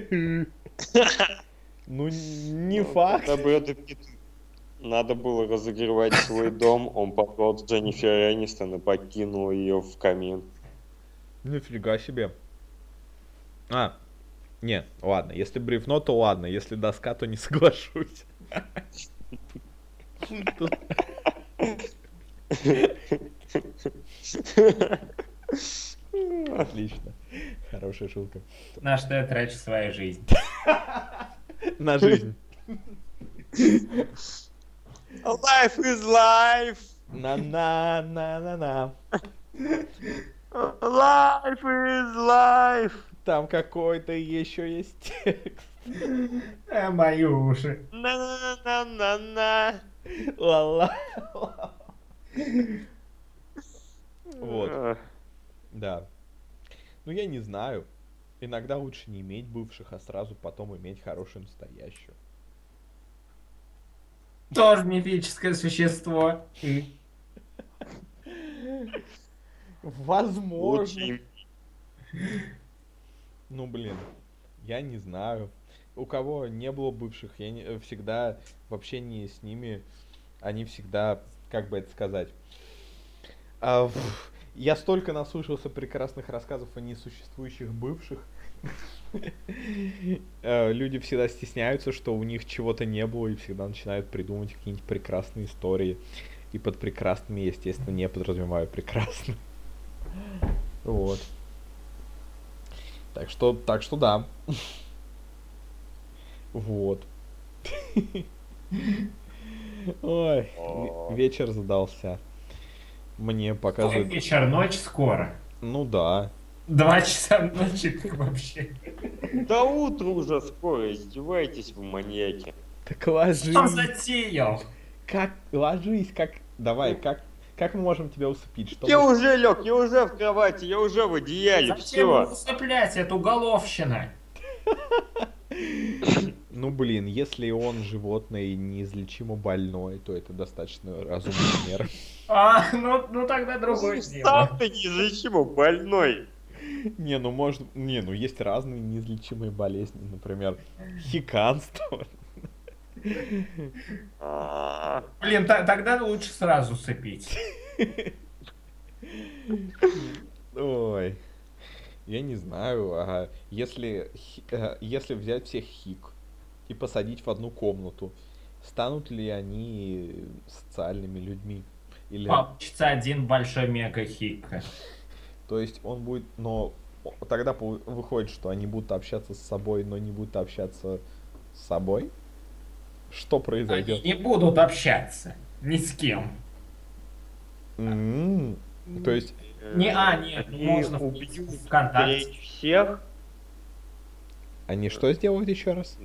Ну, не ну, факт. когда Брэду Питту надо было разогревать свой дом, он попал Дженнифер Энистон и покинул ее в камин. Нифига себе. А, не, ладно, если бревно, то ладно, если доска, то не соглашусь. Тут- Отлично. Хорошая шутка. На что я трачу свою жизнь. На жизнь. Life is life! На-на-на-на-на. Life is life! Там какой-то еще есть текст. А, мои уши. На-на-на-на-на. Ла-ла. Вот. Ах, Да. Ну, я не знаю. Иногда лучше не иметь бывших, а сразу потом иметь хорошую настоящую. Тоже мифическое существо. Возможно. лучше им- Ну, блин, я не знаю. У кого не было бывших, я не- всегда в общении с ними, они всегда, как бы это сказать, а, в- я столько наслушался прекрасных рассказов о несуществующих бывших. Э, Люди всегда стесняются, что у них чего-то не было, и всегда начинают придумывать какие-нибудь прекрасные истории. И под прекрасными, естественно, не подразумеваю прекрасно. Вот. Так что, так что да. Вот. Ой, ве- вечер задался. Мне Сколько показывают... вечер, ночь скоро. Ну да. Два часа ночи как вообще. Да утро уже скоро, издеваетесь вы, маньяки. Так ложись. Что затеял? Как? Ложись, как... Давай, как... Как мы можем тебя усыпить? Что Я мы- уже лег, я уже в кровати, я уже в одеяле, Зачем все. усыплять эту головщину? Ну, блин, если он животное и неизлечимо больной, то это достаточно разумная мера. А, ну, ну тогда другое дело. Сам ты неизлечимо больной. Не, ну может, не, ну есть разные неизлечимые болезни, например, хиканство. А, Блин, та- тогда лучше сразу сыпить. Ой, я не знаю, а если, хи- э, если взять всех хик и посадить в одну комнату, станут ли они социальными людьми? Или, Получится один большой мега-хик. то есть он будет, но о- тогда пол- выходит, что они будут общаться с собой, но не будут общаться с собой? Что Они произойдет? не будут общаться ни с кем. М, То есть, Не, а, нет, они можно убьют ВКонтакте. треть всех. они что сделают еще раз?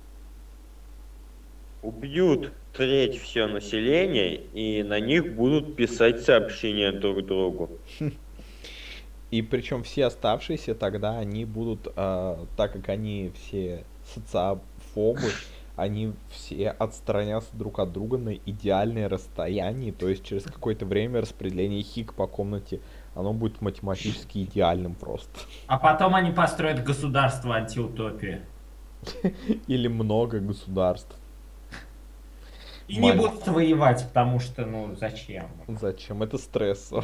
Убьют треть все население, и на них будут писать сообщения друг другу. И причем все оставшиеся тогда они будут, а, так как они все социофобы, они все отстранятся друг от друга на идеальное расстояние, то есть через какое-то время распределение хик по комнате, оно будет математически идеальным просто. А потом они построят государство антиутопии. Или много государств. И не Мань. будут воевать, потому что, ну, зачем? Зачем? Это стрессово.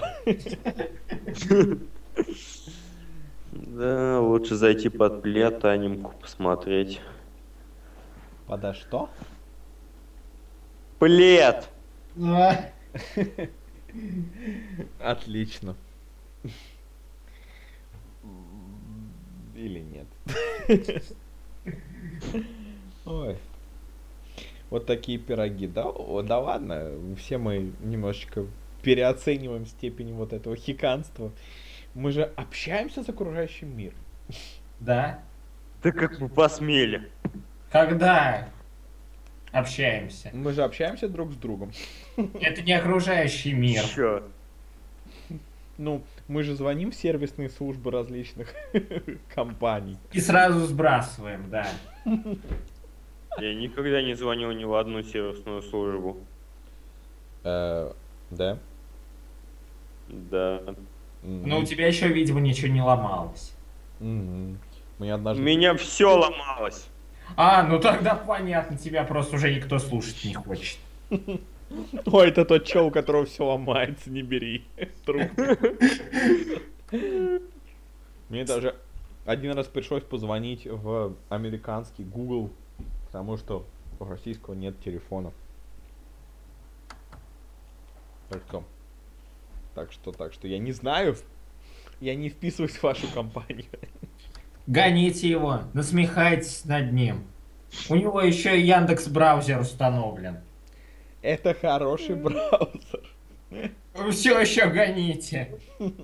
Да, лучше зайти под плед, анимку посмотреть. Пода что? Плед! Отлично. Или нет. Ой. Вот такие пироги. Да, о, да ладно, все мы немножечко переоцениваем степень вот этого хиканства. Мы же общаемся с окружающим миром. Да? Да как вы посмели? Когда общаемся? Мы же общаемся друг с другом. Это не окружающий мир. Чё? Ну, мы же звоним в сервисные службы различных компаний. И сразу сбрасываем, да. Я никогда не звонил ни в одну сервисную службу. Э, Да? Да. Мгм. Но у тебя еще, видимо, ничего не ломалось. Мгм. Мне У однажды... меня все ломалось. А, ну тогда понятно, тебя просто уже никто слушать не хочет. Ой, это тот чел, у которого все ломается, не бери трубку. Мне даже один раз пришлось позвонить в американский Google, потому что у российского нет телефона. Так что, так что, так что я не знаю, я не вписываюсь в вашу компанию. Гоните его, насмехайтесь над ним. У него еще и Яндекс браузер установлен. Это хороший браузер. Все еще гоните.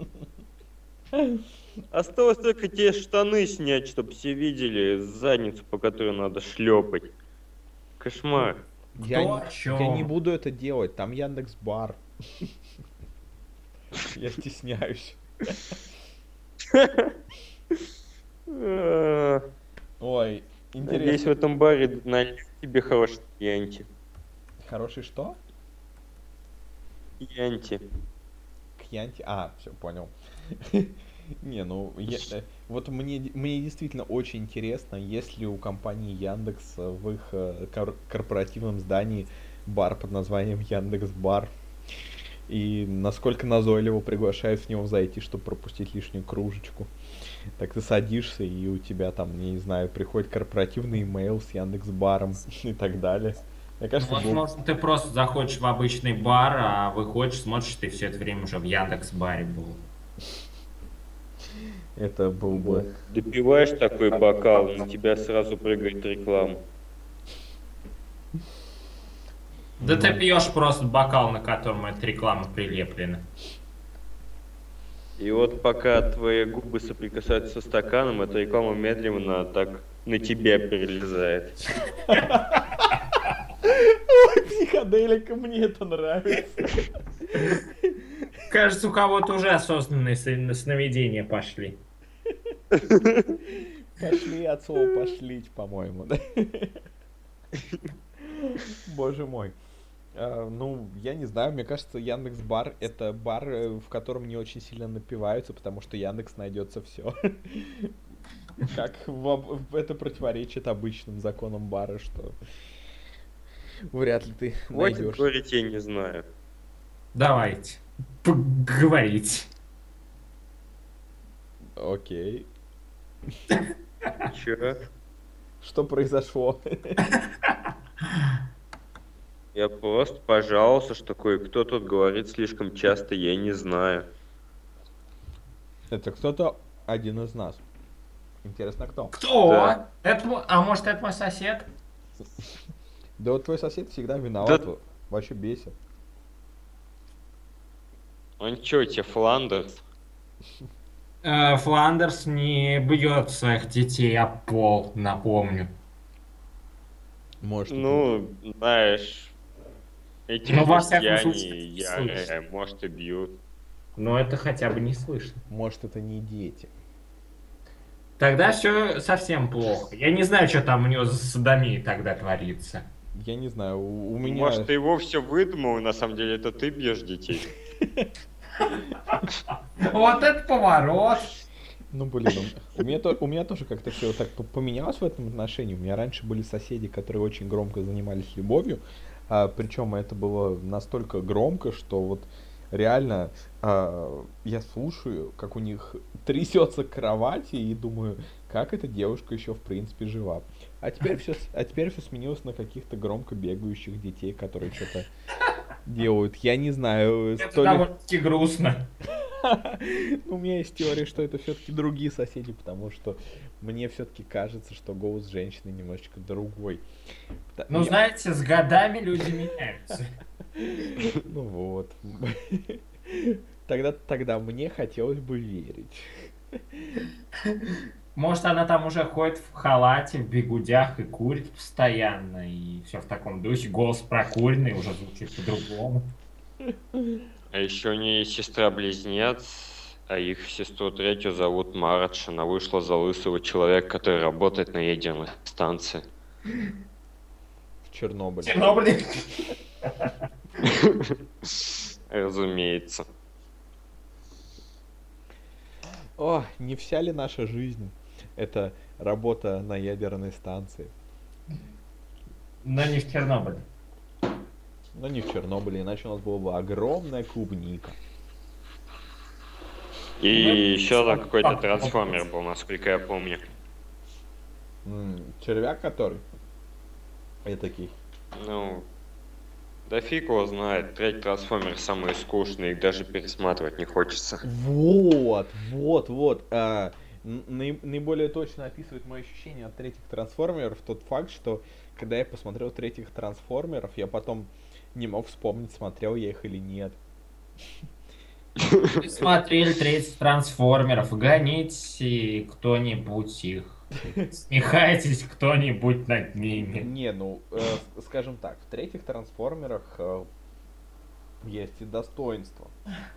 Осталось только те штаны снять, чтобы все видели задницу, по которой надо шлепать. Кошмар. Я, Кто о не- чём? я не буду это делать, там Яндекс Бар. Я стесняюсь. А, Ой, Надеюсь, в интересно. этом баре налить тебе хороший янти. Хороший что? Янти. Кьянти? А, все, понял. Не, ну, я- э, вот мне, д- мне действительно очень интересно, есть ли у компании Яндекс э, в их э, кор- корпоративном здании бар под названием Яндекс Бар. И насколько назойливо приглашают в него зайти, чтобы пропустить лишнюю кружечку. Так ты садишься, и у тебя там, я не знаю, приходит корпоративный имейл с Яндекс Баром и так далее. Мне кажется, было- Возможно, ты просто заходишь в обычный бар, а выходишь, смотришь, ты все это время уже в Яндекс баре был. это был бы... Допиваешь такой бокал, на тебя сразу прыгает реклама. Да ты пьешь просто бокал, на котором эта реклама прилеплена. И вот пока твои губы соприкасаются со стаканом, эта реклама медленно так на тебя перелезает. Ой, психоделика, мне это нравится. Кажется, у кого-то уже осознанные сн- сновидения пошли. Пошли от слова пошлить, по-моему, да? Боже мой. А, ну, я не знаю, мне кажется, Яндекс Бар это бар, э, в котором не очень сильно напиваются, потому что Яндекс найдется все. Как в об- в- это противоречит обычным законам бара, что вряд ли ты Хватит найдешь. говорить, я не знаю. Давайте. Поговорить. Окей. Чё? Что произошло? Я просто пожаловался, что кое-кто тут говорит слишком часто, я не знаю. Это кто-то один из нас. Интересно, кто? Кто? Да. Это, мо- а может, это мой сосед? Да вот твой сосед всегда виноват, Да. вообще бесит. Он чё, тебе Фландерс? Э, Фландерс не бьет своих детей об пол, напомню. Может, это- Ну, знаешь, эти Ну, во всяком крестьяне случае, ярые, слышно. может, и бьют. Но это хотя бы не слышно. может, это не дети. Тогда все совсем плохо. Я не знаю, что там у него за садомией тогда творится. Я не знаю, у, у меня... Может, ты его все выдумал, и на самом деле это ты бьешь детей. Вот это поворот. Ну, блин, у, у меня, то- у меня тоже как-то все так по- поменялось в этом отношении. У меня раньше были соседи, которые очень громко занимались любовью. А, причем это было настолько громко, что вот реально а, я слушаю, как у них трясется кровать и думаю, как эта девушка еще в принципе жива. А теперь все, а теперь все сменилось на каких-то громко бегающих детей, которые что-то делают. Я не знаю, Это то ли- довольно-таки грустно. У меня есть теория, что это все-таки другие соседи, потому что мне все-таки кажется, что голос женщины немножечко другой. Та- Ну, я- знаете, с годами люди меняются. Ну вот. Тогда, тогда мне хотелось бы верить. Может, она там уже ходит в халате, в бегудях и курит постоянно, и все в таком духе. Голос прокуренный, уже звучит по-другому. А еще у нее есть сестра-близнец, а их сестру третью зовут Марадж. Она вышла за лысого человека, который работает на ядерной станции. В Чернобыле. Чернобыль. Разумеется. О, не вся ли наша жизнь? Это работа на ядерной станции. Но не в Чернобыле. Но не в Чернобыле, иначе у нас была бы огромная клубника. И Ну, еще там какой-то как- трансформер был, насколько я помню. М, червяк который? Этакий. Ну, да фиг его знает. Третий трансформер самый скучный, их даже пересматривать не хочется. Вот, вот, вот. а, н- наи- наиболее точно описывает мои ощущения от третьих трансформеров тот факт, что когда я посмотрел третьих трансформеров, я потом не мог вспомнить, смотрел я их или нет. Вы смотрели тридцать трансформеров, гоните кто-нибудь их. Смехайтесь кто-нибудь над ними. Не, ну, э, с- скажем так, в третьих трансформерах э, есть и достоинства.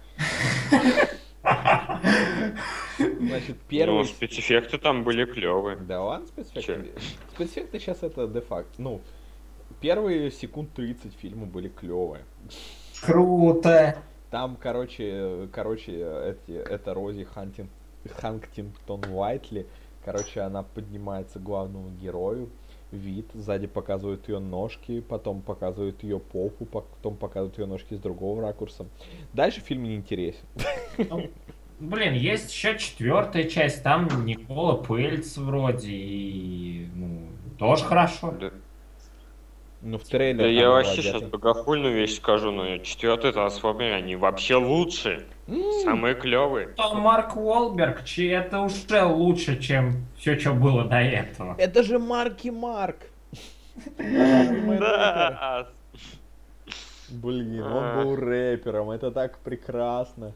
Значит, Ну, первый... спецэффекты там были клевые. Да ладно, спецэффекты. Чё? Спецэффекты сейчас это де-факт. Ну, первые секунд тридцать фильма были клевые. Круто. Там, короче, короче, эти, это Рози Хантин, Хантингтон Уайтли. Короче, она поднимается к главному герою. Вид, сзади показывают ее ножки, потом показывают ее попу, потом показывают ее ножки с другого ракурса. Дальше фильм не интересен. Ну, блин, есть еще четвертая часть, там Никола Пельц вроде, и ну, тоже хорошо. Да. Ну, в Да трейлере я там вообще вроде сейчас это- богохульную вещь скажу, но четвертый трансформер, они вообще лучшие. Самые клевые. То Марк Уолберг, че- это уже лучше, чем все, что было до этого. Это же Марки Марк! Любимый рэпер. Да. Блин, он был рэпером, это так прекрасно.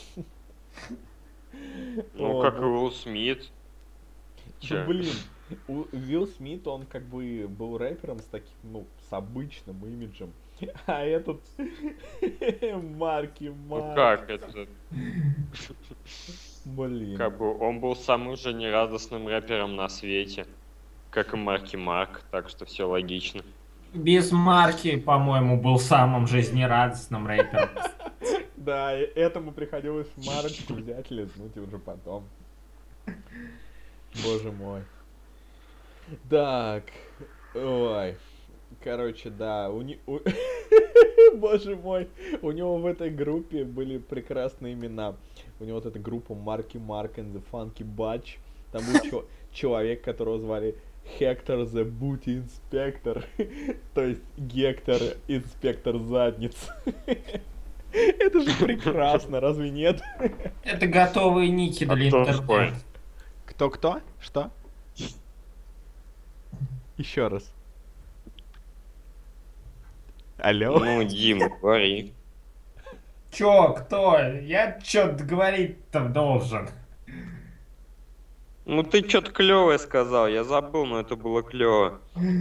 Ну, О, как и бу- Уилл Смит. Ну, Чё? блин, у- Уилл Смит, он как бы был рэпером с таким, ну, с обычным имиджем. А этот Марки Ну Марк. как это? Блин. Как бы он был самым жизнерадостным рэпером на свете. как и Марки Марк, так что все логично. Без Марки, по-моему, был самым жизнерадостным рэпером. Да, и этому приходилось Марочку взять, лизнуть и уже потом. Боже мой. Так, ой. Короче, да, у него... Боже мой, у него в этой группе были прекрасные имена. У него вот эта группа Марки Марк and the Funky Bunch. Там был чё- человек, которого звали Хектор the Booty Inspector. То есть Гектор Инспектор Задниц. Это же прекрасно, разве нет? Это готовые ники для А кто такой? интернета. Кто-кто? Что? Еще раз. Алло? Ну, Дима, говори. Чё, кто? Я чё-то говорить-то должен. Ну ты что-то клевое сказал, я забыл, но это было клево.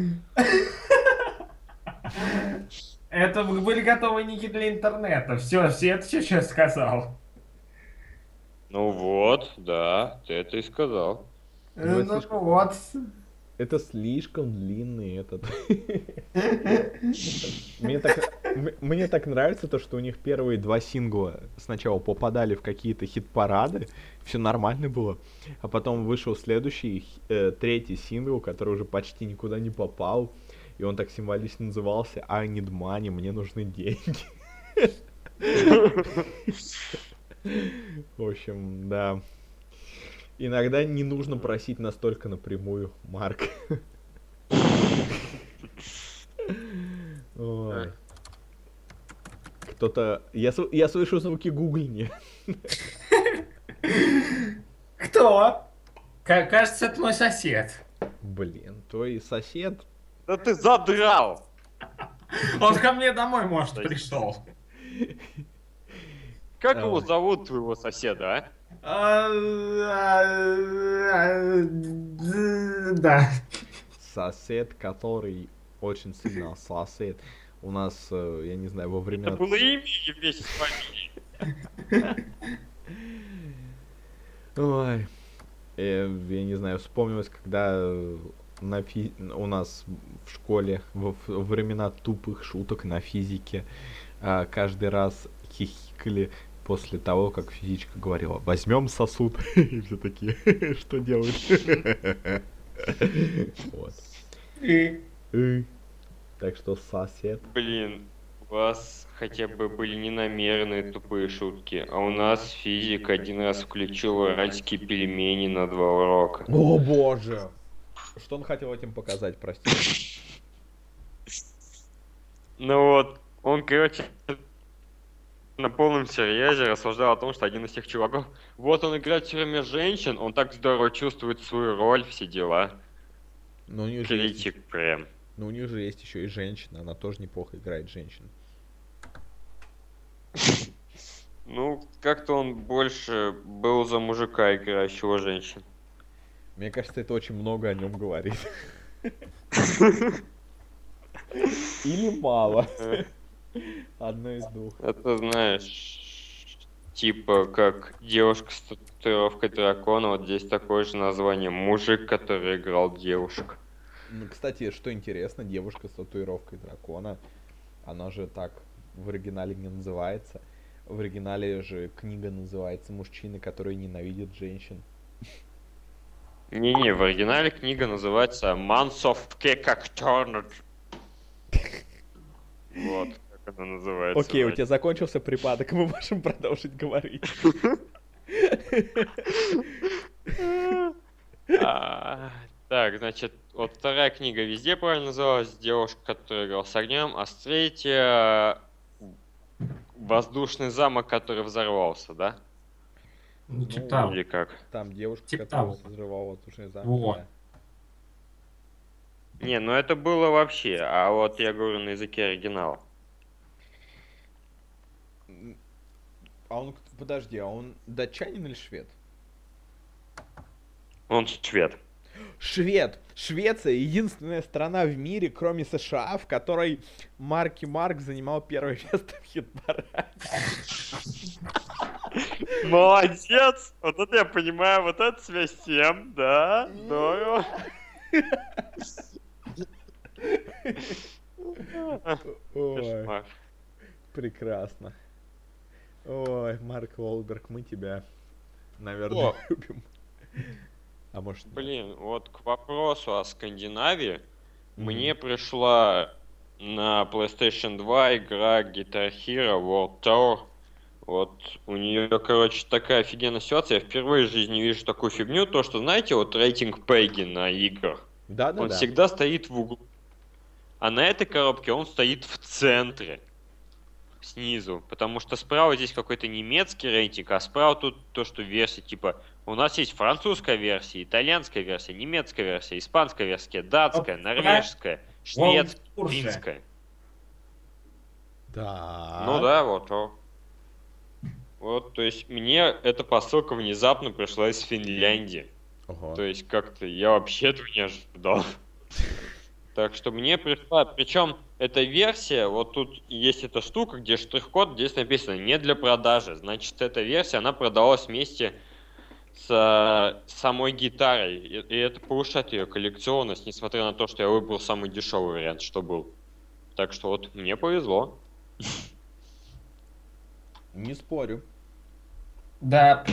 Это были готовые ники для интернета. Все, все это что сейчас сказал. Ну вот, да, ты это и сказал. Э, Ну, Ну слишком- вот. Это слишком длинный этот. Мне так, м- мне так нравится то, что у них первые два сингла сначала попадали в какие-то хит-парады, все нормально было, а потом вышел следующий, э, третий сингл, который уже почти никуда не попал, и он так символично назывался I need money, мне нужны деньги. В общем, да. Иногда не нужно просить настолько напрямую, Марк. Ой. Кто-то... Я, сл- я слышу звуки гугления. Кто? Ка- кажется, это мой сосед. Блин, твой сосед... Да ты задрал! Он ко мне домой, может, пришел. Как Давай. его зовут, твоего соседа, а? А, а, а, Да. Сосед, который очень сильно сосед. У нас, э, я не знаю, во Это времена... было имя или вместе с фамилией? Ой. Э, я не знаю, вспомнилось, когда э, на фи- у нас в школе во в- времена тупых шуток на физике а, каждый раз хихикали после того, как физичка говорила: возьмем сосуд. И все такие: что делаешь? Вот. И Э, Так что сосед. Блин, у вас хотя бы были ненамеренные тупые шутки, а у нас физик один раз включил уральские пельмени на два урока. О боже! Что он хотел этим показать, простите? Ну вот, он, короче, на полном серьезе рассуждал о том, что один из тех чуваков, вот он играет все время женщин, он так здорово чувствует свою роль, все дела. Ну у них же есть, Критик прям. ну, у них же есть еще и женщина, она тоже неплохо играет женщин. Ну, как-то он больше был за мужика, играющего женщин. Мне кажется, это очень много о нем говорит. Или мало. Одно из двух. Это знаешь, типа как девушка с татуировкой дракона, вот здесь такое же название. Мужик, который играл девушек. Ну, кстати, что интересно, девушка с татуировкой дракона, она же так в оригинале не называется. В оригинале же книга называется «Мужчины, которые ненавидят женщин». Не-не, в оригинале книга называется «Мансовке как Turned». Вот, как она называется. Окей, у тебя закончился припадок, мы можем продолжить говорить. А, Так, значит, вот вторая книга везде правильно называлась «Девушка, которая играла с огнем», а с третья «Воздушный замок, который взорвался», да? ну, Ну, типа того. Или как? Там девушка, Типа которая того. взрывала воздушный замок. Вот. да. Не, ну это было вообще, а вот я говорю на языке оригинала. А он, подожди, а он датчанин или швед? Он швед. Швед! Швеция — единственная страна в мире, кроме США, в которой Марки Марк занимал первое место в хит-параде. Молодец! Вот это я понимаю, вот это связь тем, да, здорово. Ой, Кошмар. прекрасно. Ой, Марк Уолберг, мы тебя, наверное, О. любим. А может, нет? Блин, вот к вопросу о Скандинавии. Мгм. Мне пришла на PlayStation два игра Guitar Hero World Tour. Вот у нее, короче, такая офигенная ситуация. Я впервые в жизни вижу такую фигню. То, что, знаете, вот рейтинг Пегги на играх. Он Да-да-да. всегда стоит в углу. А на этой коробке он стоит в центре. Снизу. Потому что справа здесь какой-то немецкий рейтинг, а справа тут то, что версии, типа, у нас есть французская версия, итальянская версия, немецкая версия, испанская версия, датская, Вот, норвежская, World шведская, Tour же. финская. Да. Ну да, вот. о. Вот, то есть мне эта посылка внезапно пришла из Финляндии. Ого. То есть как-то я вообще этого не ожидал. Так что мне пришла, причем эта версия, вот тут есть эта штука, где штрих-код, здесь написано не для продажи. Значит, эта версия, она продалась вместе с э, самой гитарой. И, и это повышает ее коллекционность, несмотря на то, что я выбрал самый дешевый вариант, что был. Так что вот мне повезло. Не спорю. Да.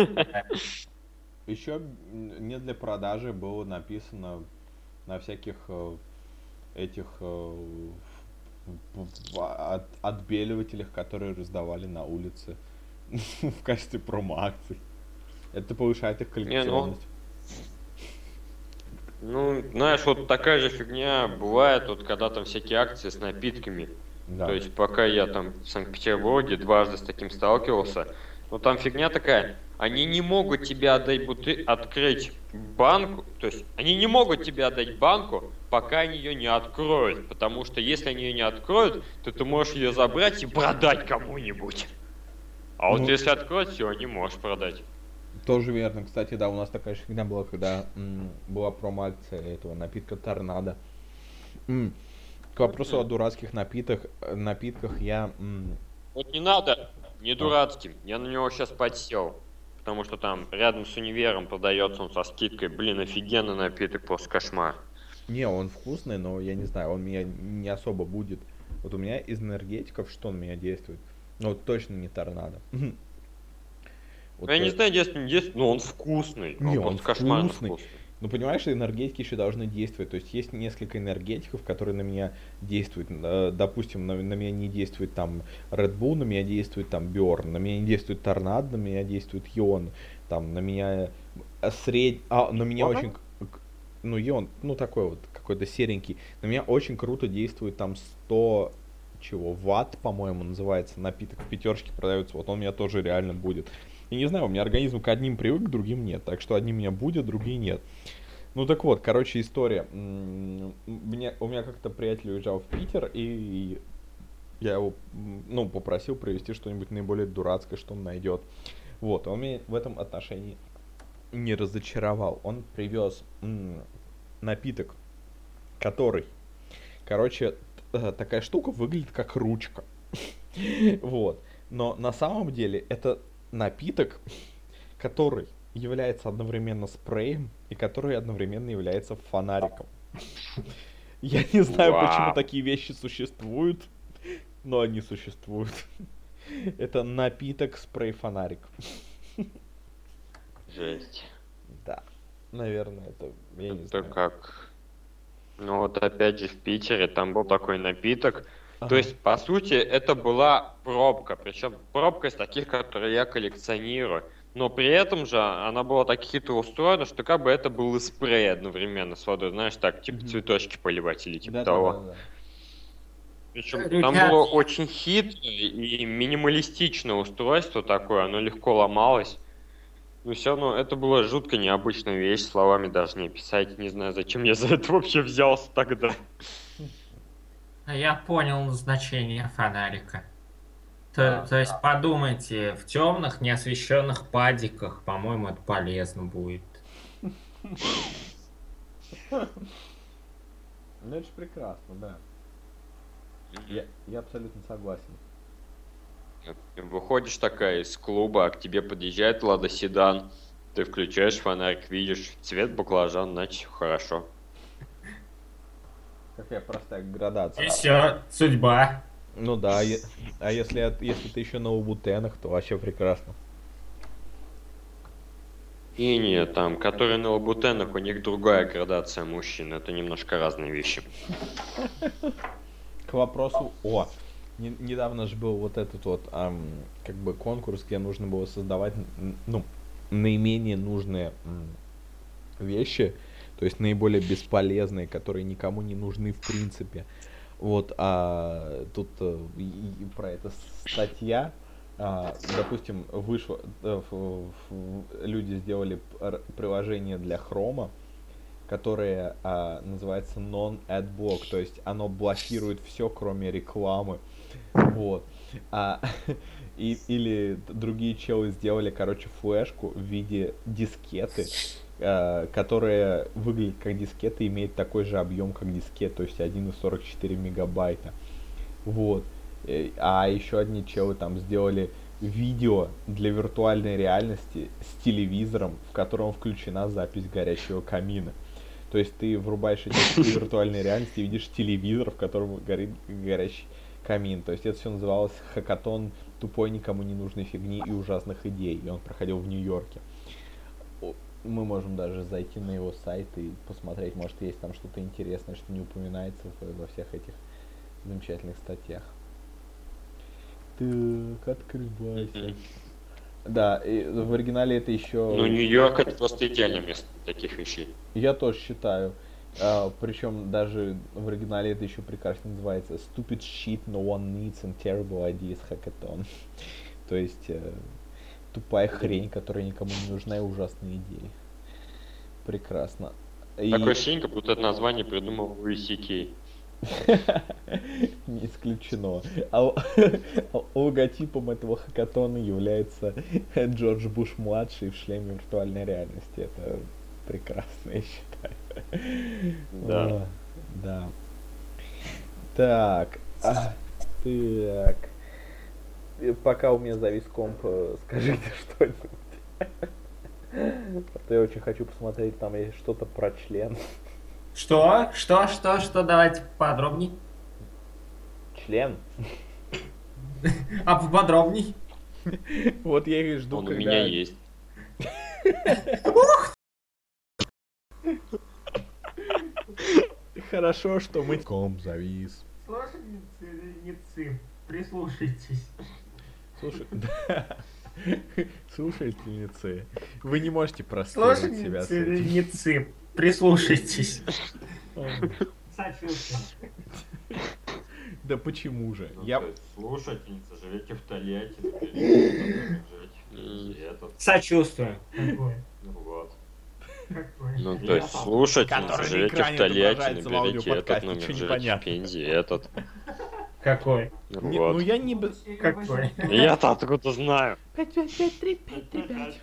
Еще не для продажи было написано на всяких э, этих э, в- в- от- отбеливателях, которые раздавали на улице в качестве промо-акций. Это повышает их Не, ну, коллекционность. ну, знаешь, вот такая же фигня бывает, вот когда там всякие акции с напитками. Да. То есть пока я там в Санкт-Петербурге дважды с таким сталкивался, ну там фигня такая, они не могут тебе отдать буты... открыть банку, то есть они не могут тебе отдать банку, пока они ее не откроют, потому что если они ее не откроют, то ты можешь ее забрать и продать кому-нибудь. А вот Ну. если откроют, все, не можешь продать. Тоже верно. Кстати, да, у нас такая же фигня была, когда м, была промо-акция этого напитка Торнадо. М, К вопросу о дурацких напитках, э, напитках я... м, Вот не надо, не дурацким, я на него сейчас подсел. Потому что там рядом с универом продается он со скидкой. Блин, офигенный напиток, просто кошмар. Не, он вкусный, но я не знаю, он меня не особо будет. Вот у меня из энергетиков что на меня действует? Ну, вот точно не Торнадо. Вот, Я не э, знаю, действует, не действует, но он вкусный. Не, он он просто кошмарно вкусный. вкусный. Ну, понимаешь, энергетики еще должны действовать. То есть есть несколько энергетиков, которые на меня действуют. Э, Допустим, на, на меня не действует там Red Bull, на меня действует там Бёрн, на меня не действует Торнадо, на меня действует Йон, там на меня э, сред... А, на меня Ага. очень... к- к- Ну, Йон, ну такой вот, какой-то серенький. На меня очень круто действует там сто чего, ватт, по-моему, называется напиток в пятерочке продается. Вот он у меня тоже реально будет. И не знаю, у меня организм к одним привык, к другим нет. Так что одни меня будет, другие нет. Ну так вот, короче, история. М, Мне, у меня как-то приятель уезжал в Питер, и я его, м, ну, попросил привезти что-нибудь наиболее дурацкое, что он найдет. Вот, он меня в этом отношении не разочаровал. Он привез м, напиток, который, короче, т- такая штука выглядит как ручка. Вот. Но на самом деле это напиток, который является одновременно спреем и который одновременно является фонариком. Я не знаю, почему Вау. такие вещи существуют, но они существуют. Это напиток спрей-фонарик. Жесть. Да, наверное, это, я не Это знаю. как... Ну вот опять же в Питере там был такой напиток. Ага. То есть, по сути, это была пробка. Причем пробка из таких, которые я коллекционирую. Но при этом же она была так хитро устроена, что как бы это был и спрей одновременно с водой. Знаешь, так, типа Мгм. цветочки поливать или типа Да, да, того. да, да. Причем Ребят. там было очень хитрое и минималистичное устройство такое, оно легко ломалось. Но все равно это была жутко необычная вещь, словами даже не описать. Не знаю, зачем я за это вообще взялся тогда. А я понял назначение фонарика. То, А. то есть подумайте, в темных, неосвещенных падиках, по-моему, это полезно будет. Ну это же прекрасно, да. Я, я абсолютно согласен. Выходишь такая из клуба, а к тебе подъезжает Лада Седан. Ты включаешь фонарик, видишь цвет баклажан, значит всё хорошо. Какая простая И градация. все, судьба. Ну да, е- а если, от- если ты еще на Убутенах, то вообще прекрасно. И нет, там, которые на лабутенах, у них другая градация мужчин. Это немножко разные вещи. К вопросу о. Не- недавно же был вот этот вот ам, как бы конкурс, где нужно было создавать н- ну, наименее нужные м, вещи, то есть наиболее бесполезные, которые никому не нужны в принципе. Вот, а тут э, и- и про это статья, а, допустим, вышло, э, ф- ф- люди сделали п- приложение для Хрома, которое а, называется non-adblock, то есть оно блокирует все, кроме рекламы. Вот. А, и, или другие челы сделали, короче, флешку в виде дискеты, а, которая выглядит как дискета и имеет такой же объем, как дискет, то есть один целых сорок четыре мегабайта. Вот. Э, А еще одни челы там сделали видео для виртуальной реальности с телевизором, в котором включена запись горящего камина. То есть ты врубаешь эти очки виртуальной реальности и видишь телевизор, в котором горит горящий камин. То есть это все называлось хакатон тупой никому не нужной фигни и ужасных идей. И он проходил в Нью-Йорке. О, Мы можем даже зайти на его сайт и посмотреть, может есть там что-то интересное, что не упоминается в- во всех этих замечательных статьях. Так, открывайся. Мгм. Да, и в оригинале это Ну, еще, Нью-Йорк это просто идеальное место для таких вещей. я тоже считаю. А, причем даже в оригинале это еще прекрасно называется Stupid Shit No One Needs and Terrible Ideas Hackathon. То есть э, тупая хрень, которая никому не нужна, и ужасные идеи. Прекрасно. Такое И ощущение, как будто это название придумал Луи Си Кей. не исключено. А л- а логотипом этого хакатона является Джордж Буш младший в шлеме виртуальной реальности. Это прекрасно, я считаю. Да. О, да. Так. а, Так. И пока у меня завис комп, э, скажите что-нибудь. А то я очень хочу посмотреть, там есть что-то про член. Что? Что? Что? Что? Давайте подробней. Член? А поподробней? Вот я и жду, Он у когда... меня есть. Хорошо, что мы... Комп завис. Слушательницы, прислушайтесь. Слушай, да. Слушательницы, вы не можете простроить себя с этим. Слушательницы, прислушайтесь. О, Сочувствую. Да почему же? Ну, Я... то есть слушательница, живете в Тольятти, живете в Пензе, этот. Сочувствую. Ну вот. Какой? Ну, то есть слушательница, Который на живете в экране Тольятти, отображается в наберите этот аудиоподкасте, номер, чё живете в непонятно? Пензе, этот. Какой? Не- ну Вот. я не... б- Какой? Я-то откуда знаю? пять пять пять три пять три пять.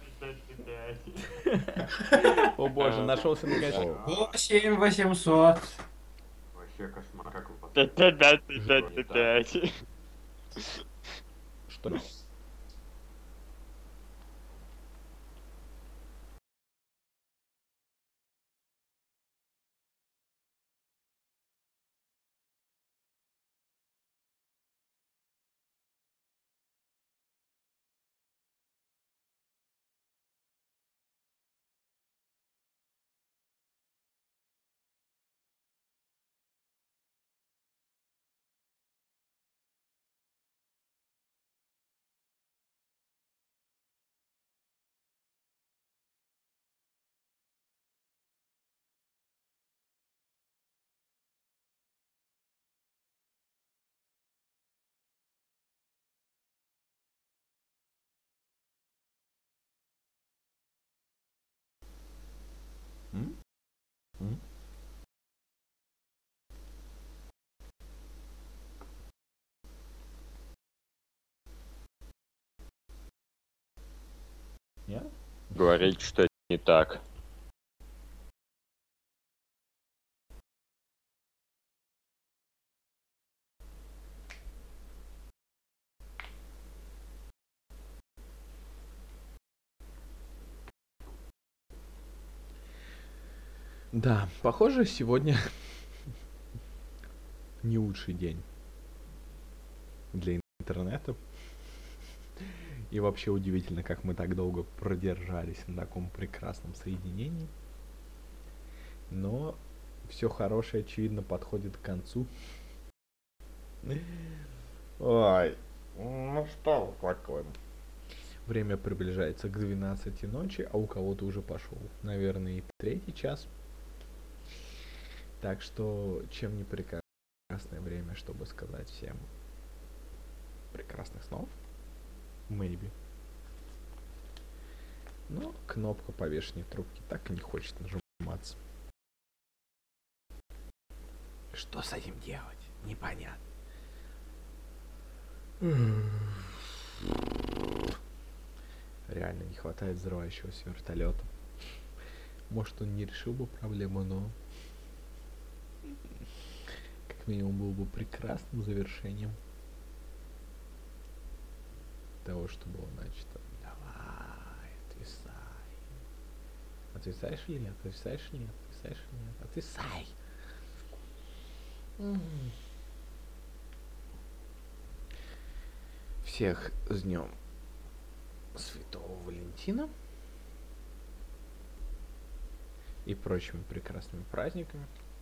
О боже, нашелся наконец. Восемь восемьсот. Вообще кошмар, как вы пять пять пять пять пять. Что ли? М? М? Я? Говорить, что это не так. Да, похоже, сегодня не лучший день для интернета. И вообще удивительно, как мы так долго продержались на таком прекрасном соединении. Но все хорошее, очевидно, подходит к концу. Ой, ну что такое? Время приближается к двенадцати ночи, а у кого-то уже пошел, наверное, и третий час. Так что, чем не прекрасное время, чтобы сказать всем прекрасных снов? Maybe. Но кнопка повешенной трубки так и не хочет нажиматься. Что с этим делать? Непонятно. Реально не хватает взрывающегося вертолета. Может, он не решил бы проблему, но как минимум был бы прекрасным завершением того, что было начато. Давай, отвисай. Отвисаешь или нет? Отвисаешь или нет? Отвисаешь или нет? Отвисай! Всех с днем Святого Валентина и прочими прекрасными праздниками.